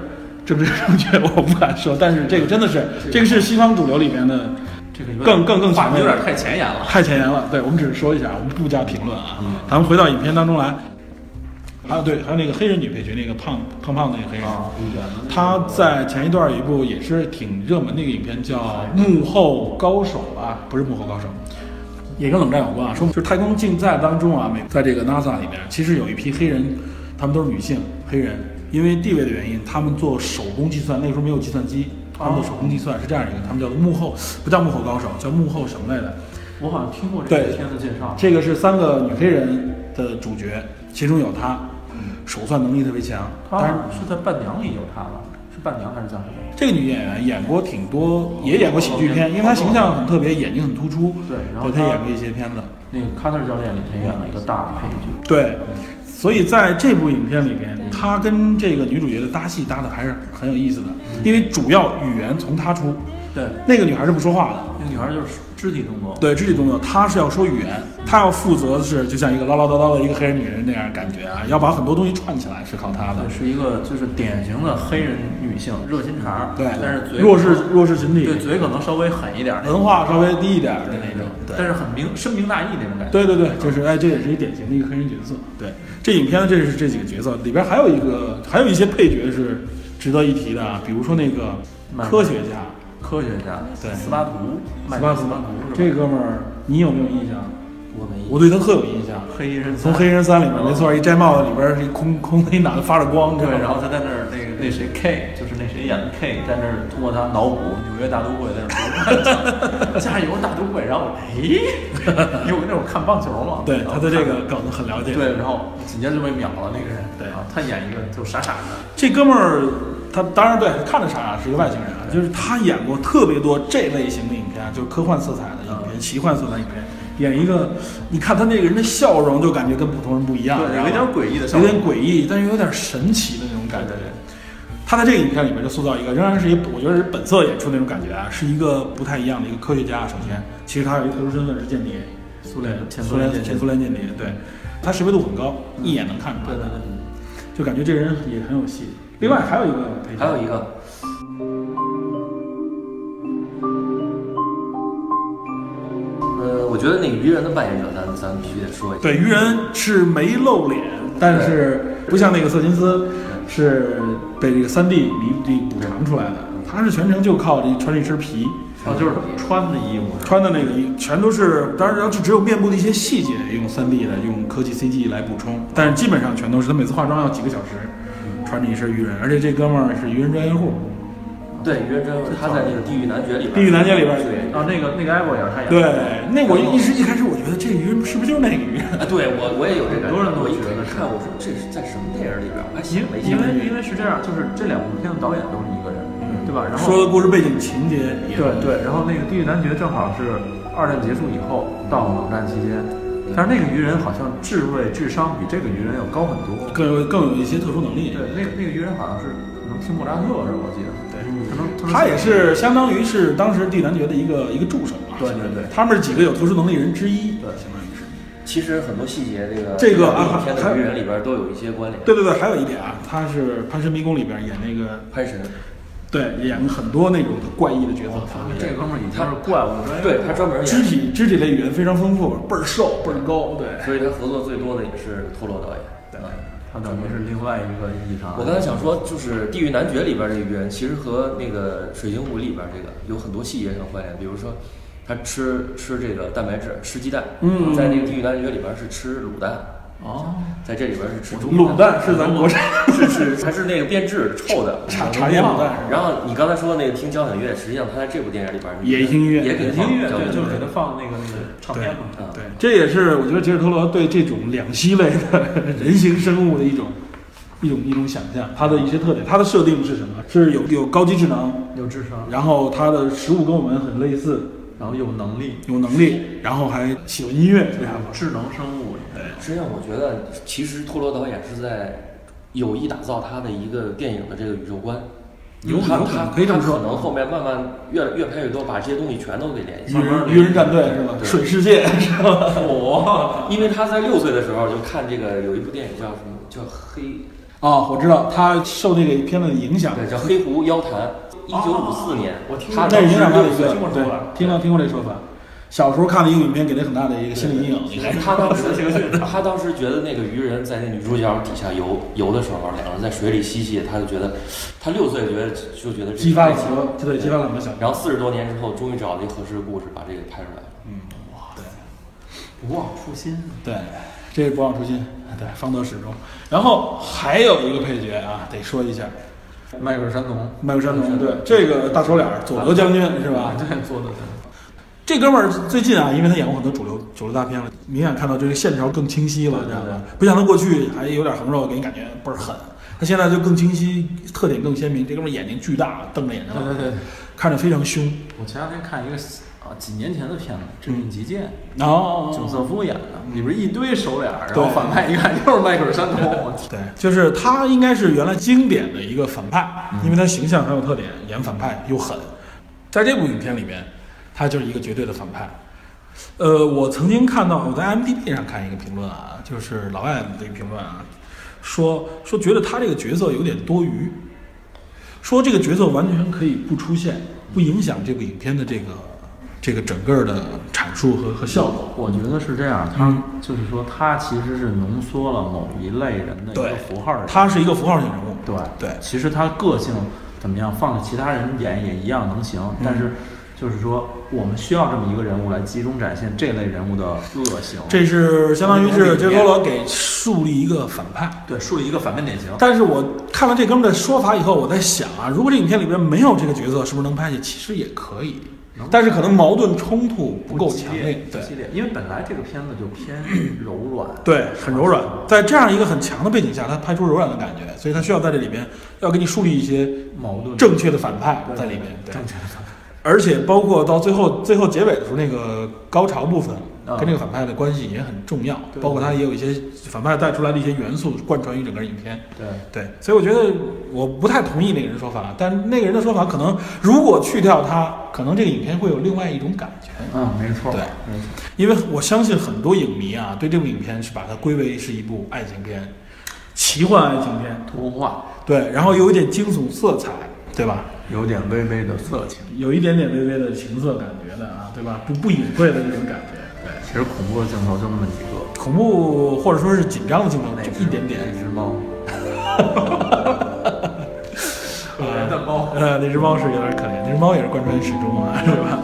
政治正确我不敢说，但是这个真的是这个是西方主流里面的这个更更更话有点太前沿了， 太前沿了。对，我们只是说一下，我们不加评论啊。嗯、咱们回到影片当中来。还有对，还有那个黑人女配角，那个胖胖胖的那个黑人， 啊、 她在前一段有一部也是挺热门的一个影片，叫《幕后高手》吧，不是《幕后高手》，也跟冷战有关啊。说就是太空竞赛当中啊，美在这个 NASA 里面，其实有一批黑人，他们都是女性黑人，因为地位的原因，他们做手工计算，那个时候没有计算机，他们做手工计算是这样一个，他们叫做幕后，不叫幕后高手，叫幕后什么来的？ 我好像听过这个片子介绍。 这个是三个女黑人的主角，其中有她。手算能力特别强， 当然是在伴娘里有她吧？是伴娘还是叫什么？ 这个女演员演过挺多，也演过喜剧片，因为她形象很特别，眼睛很突出。 对，然后她演过一些片子。 那个卡特教练里面演了一个大配角。 对，所以在这部影片里边，她跟这个女主角的搭戏搭的还是很有意思的，因为主要语言从她出。 对， 那个女孩是不说话的， 那个女孩就是肢体动作。 对，肢体动作，她是要说语言，她要负责的是就像一个唠唠叨叨的一个黑人女人那样感觉啊，要把很多东西串起来是靠她的。 是一个就是典型的黑人女性，热心肠。 对， 但是嘴弱势弱势群体， 对，嘴可能稍微狠一点， 文化稍微低一点的那种， 对，但是很明深明大义那种感觉。 对对对，就是哎，这也是一典型的一个黑人角色。对，这影片这是这几个角色里边还有一个还有一些配角是值得一提的啊，比如说那个科学家。 科学家对斯巴图， 斯巴图，这哥们儿你有没有印象？ 我没印象， 我对他特有印象。 黑衣人从黑人三里面，没错，一摘帽子里边是一空空的一脑袋发着光， 对，然后他在那儿那个那谁 K 就是那谁演的 K 在那儿通过他脑补纽约大都会在那儿加油大都会，然后哎，有那种看棒球嘛， 对，他对这个梗很了解， 对，然后紧接着就被秒了那个人，对啊，他演一个就傻傻的， 这哥们儿。他当然对，看着傻傻是一个外星人啊，就是他演过特别多这类型的影片，就是科幻色彩的影片、奇幻色彩影片。演一个，你看他那个人的笑容，就感觉跟普通人不一样， 对，有点诡异的笑容，有点诡异，但是有点神奇的那种感觉。他在这个影片里面就塑造一个，仍然是一，我觉得是本色演出那种感觉啊，是一个不太一样的一个科学家。首先，其实他有一个特殊身份是间谍， 苏联前苏联前苏联间谍，对，他识别度很高，一眼能看出来。 对对对， 就感觉这人也很有戏。另外还有一个， 还有一个，呃，我觉得那个鱼人的扮演者，咱咱必须得说一下。 对，鱼人是没露脸，但是不像那个瑟金斯，是被这个三 D 弥补补偿出来的。他是全程就靠这穿这身皮， 哦，就是穿的衣服， 穿的那个衣全都是，当然就只有面部的一些细节用三 D 的用科技 C G 来补充，但是基本上全都是他每次化妆要几个小时。穿着一身鱼人，而且这哥们儿是鱼人专业户。 对，鱼人专业户，他在那个《地狱男爵》里边。 地狱男爵里边， 对啊，那个那个艾博也是他演的。 对，那我一时一开始我觉得这鱼人是不是就是那个鱼人？ 啊，对我我也有这感觉。 很多人都我一觉得看，我说这是在什么电影里边？我还因为因为因为是这样，就是这两部片的导演都是一个人，对吧？然后说的故事背景情节也对对，然后那个《地狱男爵》正好是二战结束以后到冷战期间。但是那个鱼人好像智慧、智商比这个鱼人要高很多， 更有更有一些特殊能力。 对，那个那个鱼人好像是能听莫扎特是我记得。对，他能。 他也是相当于是当时地狱男爵的一个一个助手嘛。 对对对， 他们是几个有特殊能力人之一。对，相当于是。 其实很多细节，这个这个啊， 片的鱼人里边都有一些关联。 对对对，还有一点啊，他是《潘神迷宫》里边演那个潘神。 对，演了很多那种的怪异的角色。 他这哥们儿已经是怪物专业， 对他专门肢体肢体类语言非常丰富，倍儿瘦倍儿高，对。 所以他合作最多的也是托罗导演。 对， 他等于是另外一个意义上。 我刚才想说，就是《地狱男爵》里边这个鱼人，其实和那个《水晶湖》里边这个有很多细节上关联，比如说他吃吃这个蛋白质，吃鸡蛋。 嗯， 在那个《地狱男爵》里边是吃卤蛋。 哦， 在这里边是吃猪卤蛋，是咱国产， 是是它是那个变质臭的茶茶叶卤蛋。 然后你刚才说那个听交响乐，实际上他在这部电影里边也听音乐， 也给听音乐，对，就是给他放那个那个唱片嘛。 对，这也是我觉得杰尔托罗对这种两栖类的人形生物的一种一种一种想象，它的一些特点，它的设定是什么？是有有高级智能， 有智商， 然后它的食物跟我们很类似。 然后有能力， 有能力，然后还喜欢音乐，这样智能生物。 对， 实际上我觉得，其实托罗导演是在有意打造他的一个电影的这个宇宙观。 有他他可以这么说， 可能后面慢慢越越拍越多，把这些东西全都给联系。 鱼人鱼人战队是吧？水世界是吧？ 哦，因为他在六岁的时候就看这个有一部电影叫什么叫黑哦，我知道他受那个片子的影响， 对，叫《黑狐妖谈》，一九五四年， 我听他那影响他的一个，对，听到听过这说法。小时候看了一个影片，给他很大的一个心理阴影。你看他当时他当时觉得那个鱼人在那女主角底下游游的时候，两个人在水里嬉戏，他就觉得他六岁觉得就觉得激发了很多，对，激发了很多想法。 然后四十多年之后，终于找了一个合适的故事，把这个拍出来了。 嗯，哇，对， 不忘初心， 对，这是不忘初心，对，方得始终。然后还有一个配角啊，得说一下。 迈克尔·山农， 迈克尔·山农，对，这个大手脸佐德将军是吧？ 对，做的。 这哥们儿最近啊，因为他演过很多主流主流大片了，明显看到这个线条更清晰了，知道吧？不像他过去还有点横肉，给你感觉倍儿狠。他现在就更清晰，特点更鲜明。这哥们儿眼睛巨大，瞪着眼睛， 对对对， 看着非常凶。 我前两天看一个啊几年前的片子《致命急剑》， 哦， 囧瑟夫演的，里边一堆手脸，然后反派一看又是迈克尔·山农。 对，就是他应该是原来经典的一个反派，因为他形象很有特点，演反派又狠。在这部影片里面。他就是一个绝对的反派，呃，我曾经看到我在 I M D B 上看一个评论啊，就是老外的这个评论啊，说说觉得他这个角色有点多余，说这个角色完全可以不出现，不影响这部影片的这个这个整个的阐述和和效果。 我觉得是这样，他就是说他其实是浓缩了某一类人的一个符号， 他是一个符号性人物， 对对， 其实他个性怎么样，放在其他人演也一样能行，嗯、但是。就是说，我们需要这么一个人物来集中展现这类人物的恶性。 这是相当于是杰罗罗给树立一个反派， 对，树立一个反面典型。 但是我看了这哥们的说法以后，我在想啊，如果这影片里边没有这个角色，是不是能拍起？其实也可以，但是可能矛盾冲突不够强烈，对， 激烈，因为本来这个片子就偏柔软， 对，很柔软。在这样一个很强的背景下，他拍出柔软的感觉，所以他需要在这里边要给你树立一些矛盾、 正确的反派在里边，对， 正确的反派。 而且包括到最后最后结尾的时候，那个高潮部分跟这个反派的关系也很重要， 嗯、 包括他也有一些反派带出来的一些元素贯穿于整个影片。 对对，所以我觉得我不太同意那个人说法，但那个人的说法可能如果去掉他，可能这个影片会有另外一种感觉。 嗯，没错， 对， 没错。 因为我相信很多影迷啊，对这部影片是把它归为是一部爱情片、奇幻爱情片、 童话， 对，然后有一点惊悚色彩。对吧？ 有点微微的色情， 有一点点微微的情色感觉的啊，对吧？不不隐晦的那种感觉。对， 其实恐怖的镜头就那么几个， 恐怖或者说是紧张的镜头就一点点。 那只猫，可怜的猫， 呃，那只猫是有点可怜，那只猫也是贯穿始终啊，是吧？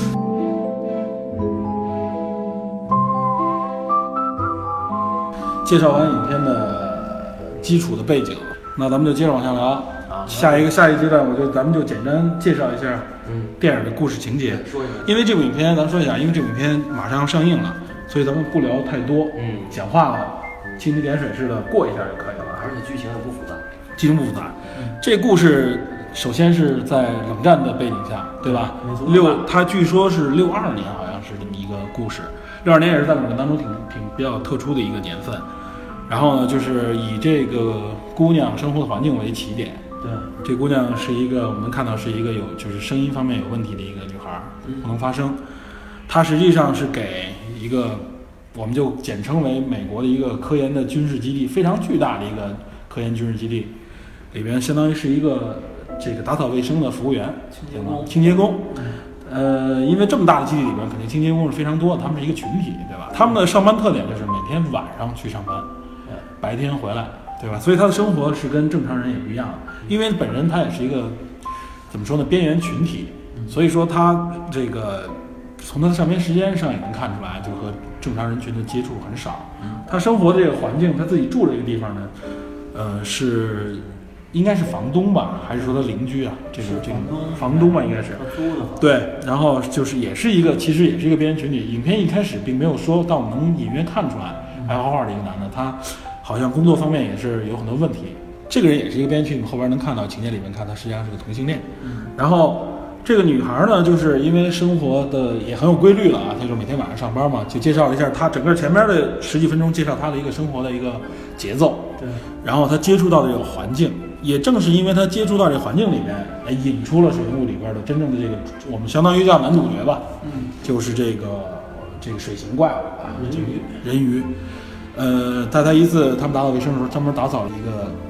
介绍完影片的基础的背景，那咱们就接着往下聊。下一个下一阶段，我就咱们就简单介绍一下，嗯，电影的故事情节。 说一下， 因为这部影片，咱们说一下，因为这部影片马上要上映了，所以咱们不聊太多， 嗯， 讲话了，蜻蜓点水似的过一下就可以了， 而且剧情也不复杂， 剧情不复杂。嗯、这故事首先是在冷战的背景下，对吧？六，它据说是六二年，好像是这么一个故事。六二年也是在冷战当中挺挺比较特殊的一个年份。然后呢，就是以这个姑娘生活的环境为起点。 对， 这姑娘是一个我们看到是一个有就是声音方面有问题的一个女孩，不能发声。她实际上是给一个我们就简称为美国的一个科研的军事基地，非常巨大的一个科研军事基地，里边相当于是一个这个打扫卫生的服务员， 清洁工。 清洁工，呃，因为这么大的基地里边，肯定清洁工是非常多的，他们是一个群体，对吧？他们的上班特点就是每天晚上去上班，白天回来。对吧？所以他的生活是跟正常人也不一样的，因为本身他也是一个怎么说呢，边缘群体，所以说他这个从他的上班时间上也能看出来，就和正常人群的接触很少。他生活的这个环境，他自己住的这个地方呢，呃，是应该是房东吧，还是说他邻居啊？这个这个房东吧，应该是租的。 对，然后就是也是一个，其实也是一个边缘群体。影片一开始并没有说，但我们能隐约看出来，爱画画的一个男的，他。好像工作方面也是有很多问题，这个人也是一个编剧，后边能看到情节里面看他实际上是个同性恋。嗯，然后这个女孩呢，就是因为生活的也很有规律了啊，她就每天晚上上班嘛，就介绍了一下她整个前面的十几分钟介绍她的一个生活的一个节奏。 对， 然后她接触到的这个环境，也正是因为她接触到这个环境里面，哎，引出了水木里边的真正的这个我们相当于叫男主角吧，嗯，就是这个这个水形怪物啊，人鱼，人鱼。呃，在他一次他们打扫卫生的时候，专门打扫了一个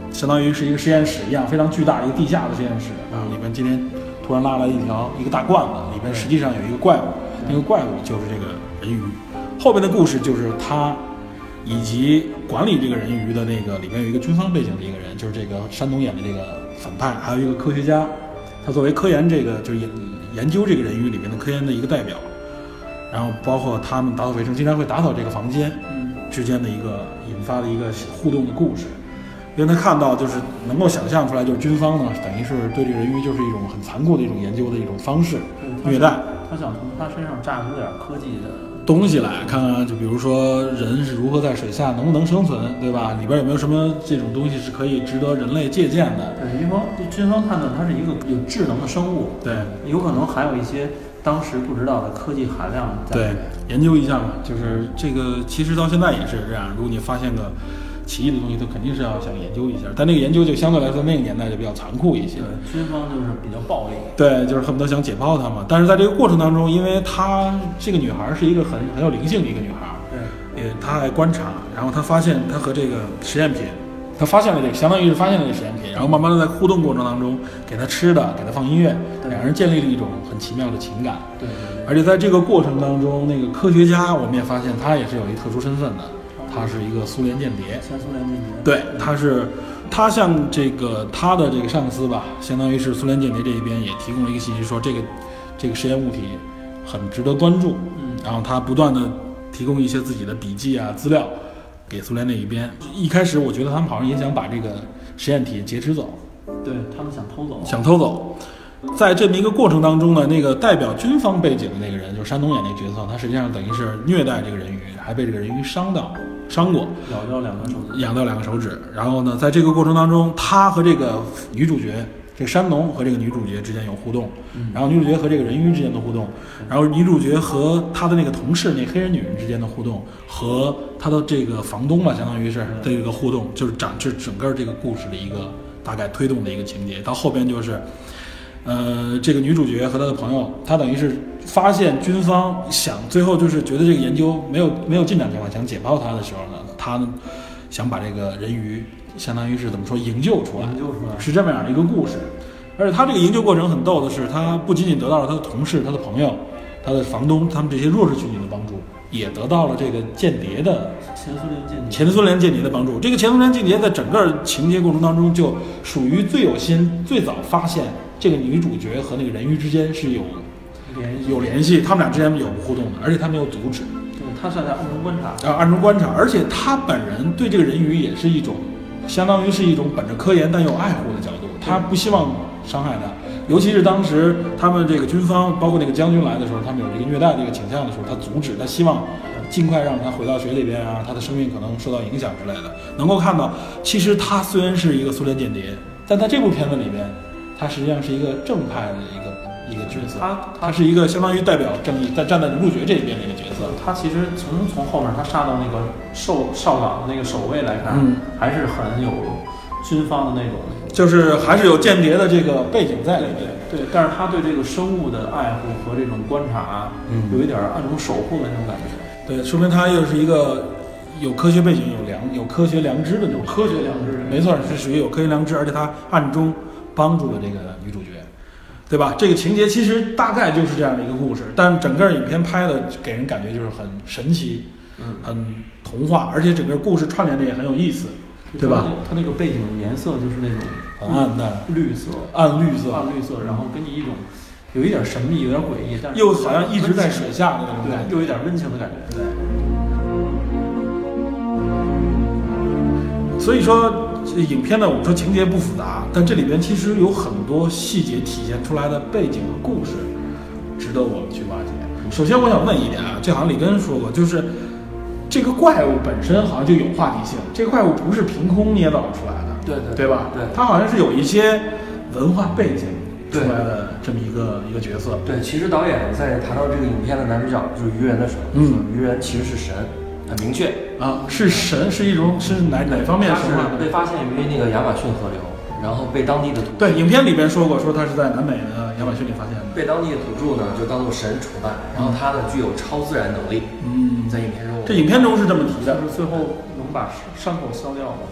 相当于是一个实验室一样，非常巨大一个地下的实验室，然后里边今天突然拉来一条一个大罐子，里边实际上有一个怪物，那个怪物就是这个人鱼。后边的故事就是他以及管理这个人鱼的那个里边有一个军方背景的一个人，就是这个山东演的这个反派，还有一个科学家，他作为科研这个就是研研究这个人鱼里面的科研的一个代表，然后包括他们打扫卫生经常会打扫这个房间之间的一个引发的一个互动的故事。因为他看到就是能够想象出来，就是军方呢等于是对这个人鱼就是一种很残酷的一种研究的一种方式，虐待。 他想从他身上榨出点科技的东西来看看，就比如说人是如何在水下能不能生存，对吧？里边有没有什么这种东西是可以值得人类借鉴的？ 对，军方军方判断它是一个有智能的生物， 对， 有可能还有一些当时不知道的科技含量在里面。 对，研究一下嘛，就是这个其实到现在也是这样，如果你发现个奇异的东西，都肯定是要想研究一下，但那个研究就相对来说那个年代就比较残酷一些。 对，军方就是比较暴力。 对，就是恨不得想解剖他嘛。但是在这个过程当中，因为她这个女孩是一个很很有灵性的一个女孩， 对， 也她爱观察，然后她发现她和这个实验品，她发现了这个，相当于是发现了这个实验品，然后慢慢的在互动过程当中，给她吃的，给她放音乐，两人建立了一种很奇妙的情感。 对，对对， 而且在这个过程当中，那个科学家我们也发现他也是有一特殊身份的。他是一个苏联间谍， 前苏联间谍。 对，他是，他向这个他的这个上司吧，相当于是苏联间谍这一边也提供了一个信息，说这个这个实验物体很值得关注。嗯，然后他不断的提供一些自己的笔记啊资料给苏联那一边。一开始我觉得他们好像也想把这个实验体劫持走， 对他们想偷走， 想偷走。在这么一个过程当中呢，那个代表军方背景的那个人，就是山东演那个角色，他实际上等于是虐待这个人鱼，还被这个人鱼伤到。伤过， 咬掉两个手指， 咬掉两个手指。然后呢，在这个过程当中，他和这个女主角，这个山农和这个女主角之间有互动， 嗯、 然后女主角和这个人鱼之间的互动，然后女主角和她的那个同事，那黑人女人之间的互动，和她的这个房东吧，相当于是这个互动，就是展示整个这个故事的一个大概推动的一个情节。到后边就是。呃，这个女主角和她的朋友，她等于是发现军方想最后就是觉得这个研究没有没有进展情况，想解剖她的时候呢，她呢想把这个人鱼相当于是怎么说营救出来， 营救出来是这么样的一个故事。而且她这个营救过程很逗的是，她不仅仅得到了她的同事、她的朋友、她的房东他们这些弱势群体的帮助，也得到了这个间谍的前苏联间谍前苏联间谍的帮助。这个前苏联间谍在整个情节过程当中就属于最有心、最早发现。这个女主角和那个人鱼之间是有联系， 有联系，他们俩之间有互动的，而且他没有阻止。 对，他是在暗中观察， 啊，暗中观察，而且他本人对这个人鱼也是一种，相当于是一种本着科研但又爱护的角度，他不希望伤害他。尤其是当时他们这个军方，包括那个将军来的时候，他们有这个虐待这个倾向的时候，他阻止，他希望尽快让他回到水里边啊，他的生命可能受到影响之类的。能够看到，其实他虽然是一个苏联间谍，但在这部片子里边。他实际上是一个正派的一个一个角色， 他他是一个相当于代表正义，在站在女主角这边的一个角色。 他其实从从后面他杀到那个哨哨岗的那个守卫来看， 嗯， 还是很有军方的那种， 就是还是有间谍的这个背景在里面。 对，但是他对这个生物的爱护和这种观察， 嗯， 有一点暗中守护的那种感觉。 对，说明他又是一个有科学背景、有良有科学良知的那种科学良知， 没错，是属于有科学良知，而且他暗中。帮助了这个女主角，对吧？这个情节其实大概就是这样的一个故事，但整个影片拍的给人感觉就是很神奇， 嗯， 很童话，而且整个故事串联的也很有意思，对吧？ 它那个背景颜色就是那种很暗淡绿色， 暗绿色， 暗绿色，然后给你一种有一点神秘，有点诡异，但是又好像一直在水下的那种感觉， 又有一点温情的感觉， 对。所以说。这影片呢，我们说情节不复杂，但这里边其实有很多细节体现出来的背景和故事，值得我们去挖掘。首先，我想问一点啊，这好像里根说过，就是这个怪物本身好像就有话题性，这个怪物不是凭空捏造出来的， 对对对吧？ 对， 它好像是有一些文化背景出来的这么一个一个角色。 对，其实导演在谈到这个影片的男主角就是鱼人的时候， 嗯， 鱼人其实是神。很明确啊，是神，是一种是哪哪方面神话？ 被发现于那个亚马逊河流，然后被当地的土对影片里边说过，说他是在南美的亚马逊里发现的， 被当地的土著呢就当做神崇拜，然后他呢具有超自然能力。 嗯， 在影片中， 这影片中是这么提的， 就是最后能把伤口消掉吗？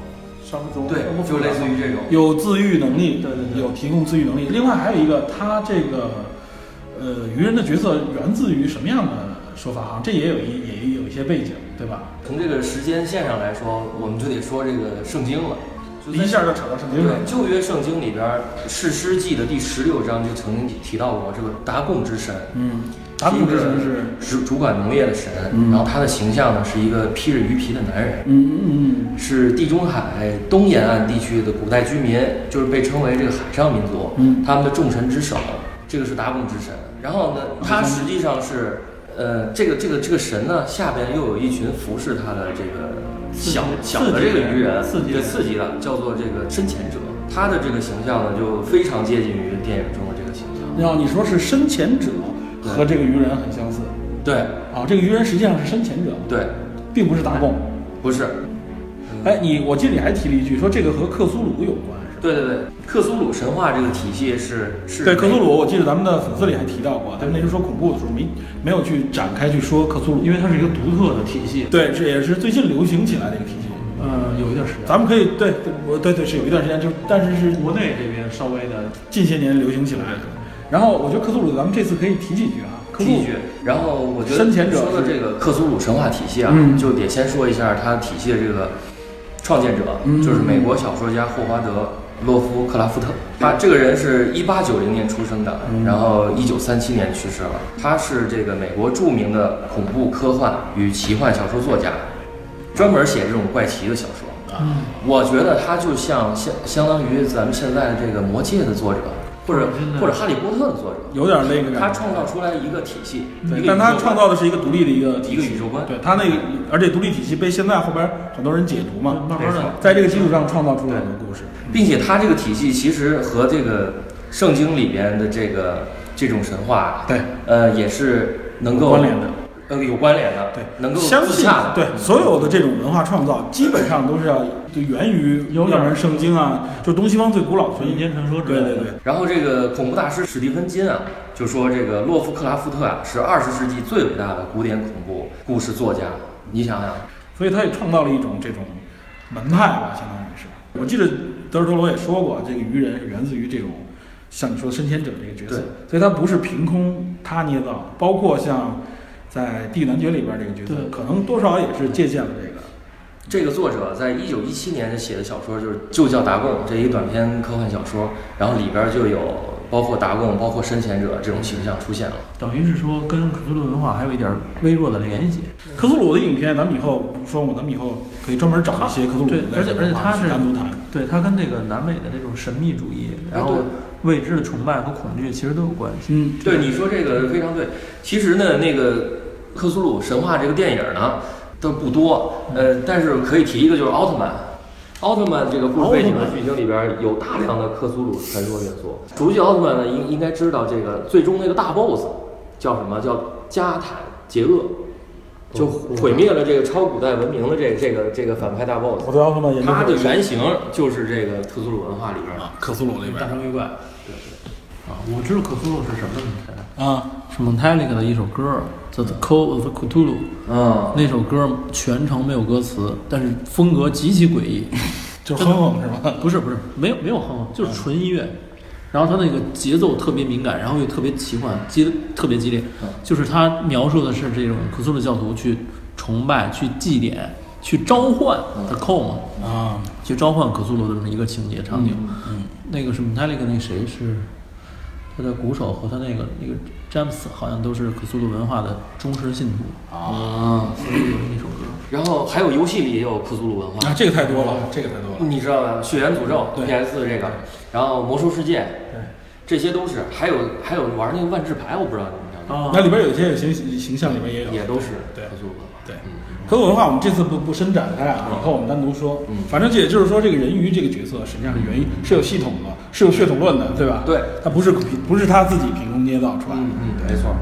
生中对，就类似于这种有自愈能力， 对对对， 有提供自愈能力。另外还有一个，他这个呃鱼人的角色源自于什么样的说法？哈，这也有一也有一些背景，对吧？ 从这个时间线上来说，我们就得说这个圣经了。 一下就扯到圣经了。 对，旧约圣经里边《士师记》的第十六章就曾经提到过这个达贡之神。 嗯，达贡之神是是主管农业的神，嗯、然后他的形象呢是一个披着鱼皮的男人。 嗯嗯嗯， 是地中海东沿岸地区的古代居民，就是被称为这个海上民族。 嗯， 他们的众神之首，这个是达贡之神。然后呢，他实际上是呃，这个这个这个神呢下边又有一群服侍他的这个。小小的这个鱼人，对刺激的，叫做这个深潜者，他的这个形象呢，就非常接近于电影中的这个形象。 然后你说是深潜者和这个鱼人很相似， 对， 啊，这个鱼人实际上是深潜者， 对， 并不是达贡， 不是。 哎，你我记得你还提了一句，说这个和克苏鲁有关，是吧？ 对对对，克苏鲁神话这个体系是是。 对克苏鲁，我记得咱们的粉丝里还提到过，咱们那时候说恐怖的时候没没有去展开去说克苏鲁， 因为它是一个独特的体系。 对，这也是最近流行起来的一个体系。 嗯，有一段时间， 咱们可以对，我对对是有一段时间，就但是是国内这边稍微的近些年流行起来的。然后我觉得克苏鲁，咱们这次可以提几句啊， 提几句。然后我觉得深潜者说的这个克苏鲁神话体系啊， 嗯、 就得先说一下它体系的这个创建者， 嗯、 就是美国小说家霍华德·洛夫克拉夫特。他这个人是一八九零年出生的， 嗯、 然后一九三七年去世了。他是这个美国著名的恐怖科幻与奇幻小说作家，专门写这种怪奇的小说。 嗯， 我觉得他就像相相当于咱们现在的这个《魔戒》的作者，或者或者《哈利波特》的作者， 有点那个。 他创造出来一个体系， 对，但他创造的是一个独立的一个一个宇宙观。 对他那个，而且独立体系被现在后边很多人解读嘛， 慢慢的在这个基础上创造出来的故事， 并且他这个体系其实和这个圣经里边的这个这种神话， 对， 呃，也是能够关联的。 呃，有关联的， 对， 能够相信的， 对，所有的这种文化创造，基本上都是要就源于，要不然圣经啊，就东西方最古老的民间传说之类的。 对对对。 然后这个恐怖大师史蒂芬金啊，就说这个洛夫克拉夫特啊是二十世纪最伟大的古典恐怖故事作家。你想想， 所以他也创造了一种这种门派吧，相当于是。我记得德尔托罗也说过，这个鱼人是源自于这种像你说深潜者这个角色，所以他不是凭空他捏造，包括像。在《地狱男爵》里边这个角色，可能多少也是借鉴了这个。 这个作者在一九一七年写的小说就是就叫《达贡》，这一短篇科幻小说，然后里边就有包括达贡、包括深潜者这种形象出现了。 等于是说跟克苏鲁文化还有一点微弱的联系。 克苏鲁的影片，咱们以后说过，咱们以后可以专门找一些克苏鲁的， 而且而且他是单独谈。 对，他跟那个南美的这种神秘主义，然后未知的崇拜和恐惧其实都有关系。 嗯， 对，你说这个非常对。其实呢，那个。克苏鲁神话这个电影呢都不多，呃，但是可以提一个就是奥特曼。奥特曼这个故事背景的剧情里边有大量的克苏鲁传说元素。熟悉奥特曼呢，应应该知道这个最终那个大 boss 叫什么？叫加坦杰厄，就毁灭了这个超古代文明的这个、这个这个反派大 boss。 我对奥特曼研究。 他的原型就是这个克苏鲁文化里边啊，克苏鲁那边大圣遇怪。对对。啊，我知道克苏鲁是什么问题啊？ 是 Metallica 的一首歌，叫做《Call of Cthulhu》。 嗯， 那首歌全程没有歌词，但是风格极其诡异， 就哼哼是吧？ 不是不是，没有没有哼哼，就是纯音乐。然后它那个节奏特别敏感，然后又特别奇幻，激特别激烈。就是它描述的是这种克苏鲁教徒去崇拜、去祭奠、去召唤的 call 嘛啊， 去召唤克苏鲁的这么一个情节场景。 嗯， 那个是 Metallica 那谁是？他的鼓手和他那个那个詹姆斯好像都是克苏鲁文化的忠实信徒啊， 所以有那首歌。 然后还有游戏里也有克苏鲁文化啊，这个太多了，这个太多了。 你知道吧？血缘诅咒 P S 四 这个，然后魔兽世界， 对， 这些都是。还有还有玩那个万智牌，我不知道你们知道吗？ 那里边有些形形象里面也有， 也都是对克苏鲁文化。 对，克苏鲁文化我们这次不不深展开啊，以后我们单独说。 嗯， 反正也就是说，这个人鱼这个角色实际上是源于是有系统的，是有血统论的，对吧？ 对， 他不是不是他自己凭空捏造出来的。 嗯嗯，没错。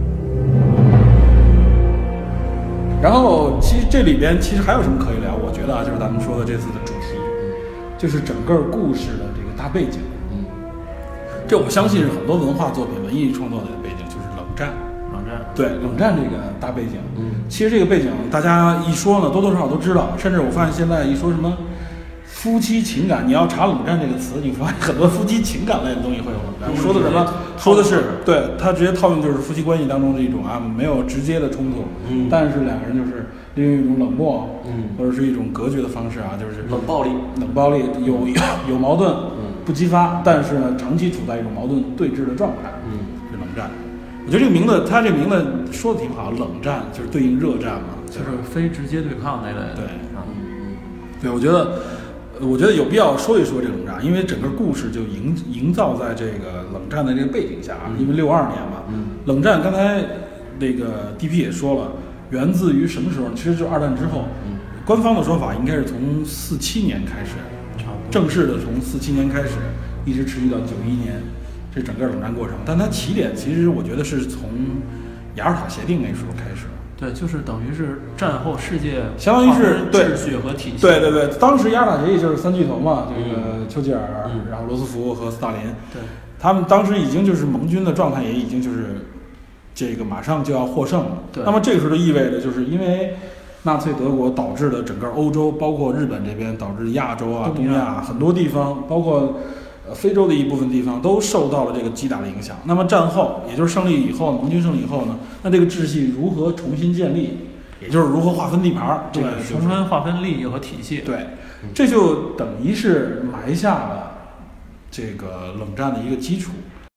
然后其实这里边其实还有什么可以聊？我觉得啊，就是咱们说的这次的主题，就是整个故事的这个大背景。 嗯， 这我相信是很多文化作品、文艺创作的背景，就是冷战。 冷战。 对，冷战这个大背景。 嗯， 其实这个背景大家一说呢，多多少少都知道，甚至我发现现在一说什么夫妻情感，你要查冷战这个词，你发现很多夫妻情感类的东西会有冷战。说的什么？说的是对他直接套用就是夫妻关系当中的一种啊，没有直接的冲突，嗯，但是两个人就是利用一种冷漠，嗯，或者是一种隔绝的方式啊，就是冷暴力， 冷暴力有有矛盾，嗯，不激发，但是呢，长期处在一种矛盾对峙的状态，嗯，是冷战。我觉得这个名字，他这名字说的挺好，冷战就是对应热战嘛， 就是非直接对抗那类的。 对，嗯，对，我觉得，我觉得有必要说一说这个冷战，因为整个故事就营营造在这个冷战的这个背景下啊，嗯、因为六二年嘛，嗯，冷战刚才那个 D P 也说了，源自于什么时候？其实就是二战之后，嗯，官方的说法应该是从四七年开始，正式的从四七年开始，一直持续到九一年。这整个冷战过程，但它起点其实我觉得是从雅尔塔协定那时候开始。 对，就是等于是战后世界相当于是秩序和体系。 对对对，当时雅尔塔协议就是三巨头嘛，这个丘吉尔，嗯、然后罗斯福和斯大林。 对， 他们当时已经就是盟军的状态，也已经就是这个马上就要获胜了。 对， 那么这个时候就意味着，就是因为纳粹德国导致的整个欧洲，包括日本这边，导致亚洲啊、东亚很多地方，包括。呃，非洲的一部分地方都受到了这个极大的影响。那么战后，也就是胜利以后，盟军胜利以后呢，那这个秩序如何重新建立？也就是如何划分地盘？这个重新划分利益和体系。 对，这就等于是埋下了这个冷战的一个基础。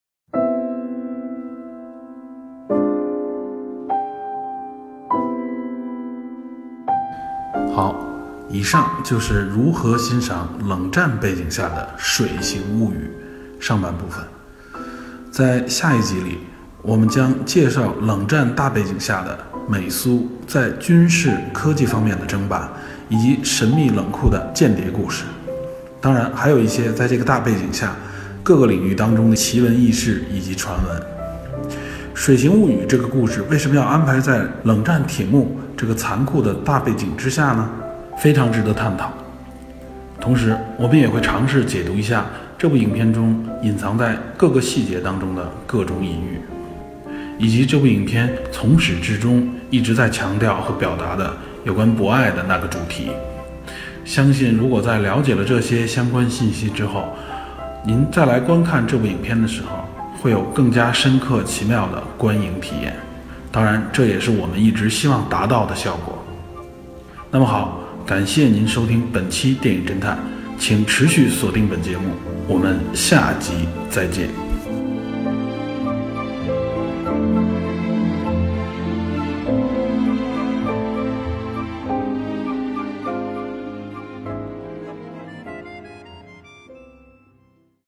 好。以上就是如何欣赏冷战背景下的《水形物语》上半部分。在下一集里，我们将介绍冷战大背景下的美苏在军事科技方面的争霸，以及神秘冷酷的间谍故事。当然，还有一些在这个大背景下各个领域当中的奇闻异事以及传闻。《水形物语》这个故事为什么要安排在冷战铁幕这个残酷的大背景之下呢？非常值得探讨。同时，我们也会尝试解读一下这部影片中隐藏在各个细节当中的各种隐喻，以及这部影片从始至终一直在强调和表达的有关博爱的那个主题。相信如果在了解了这些相关信息之后，您再来观看这部影片的时候，会有更加深刻奇妙的观影体验。当然，这也是我们一直希望达到的效果。那么好，感谢您收听本期电影侦探，请持续锁定本节目，我们下集再见。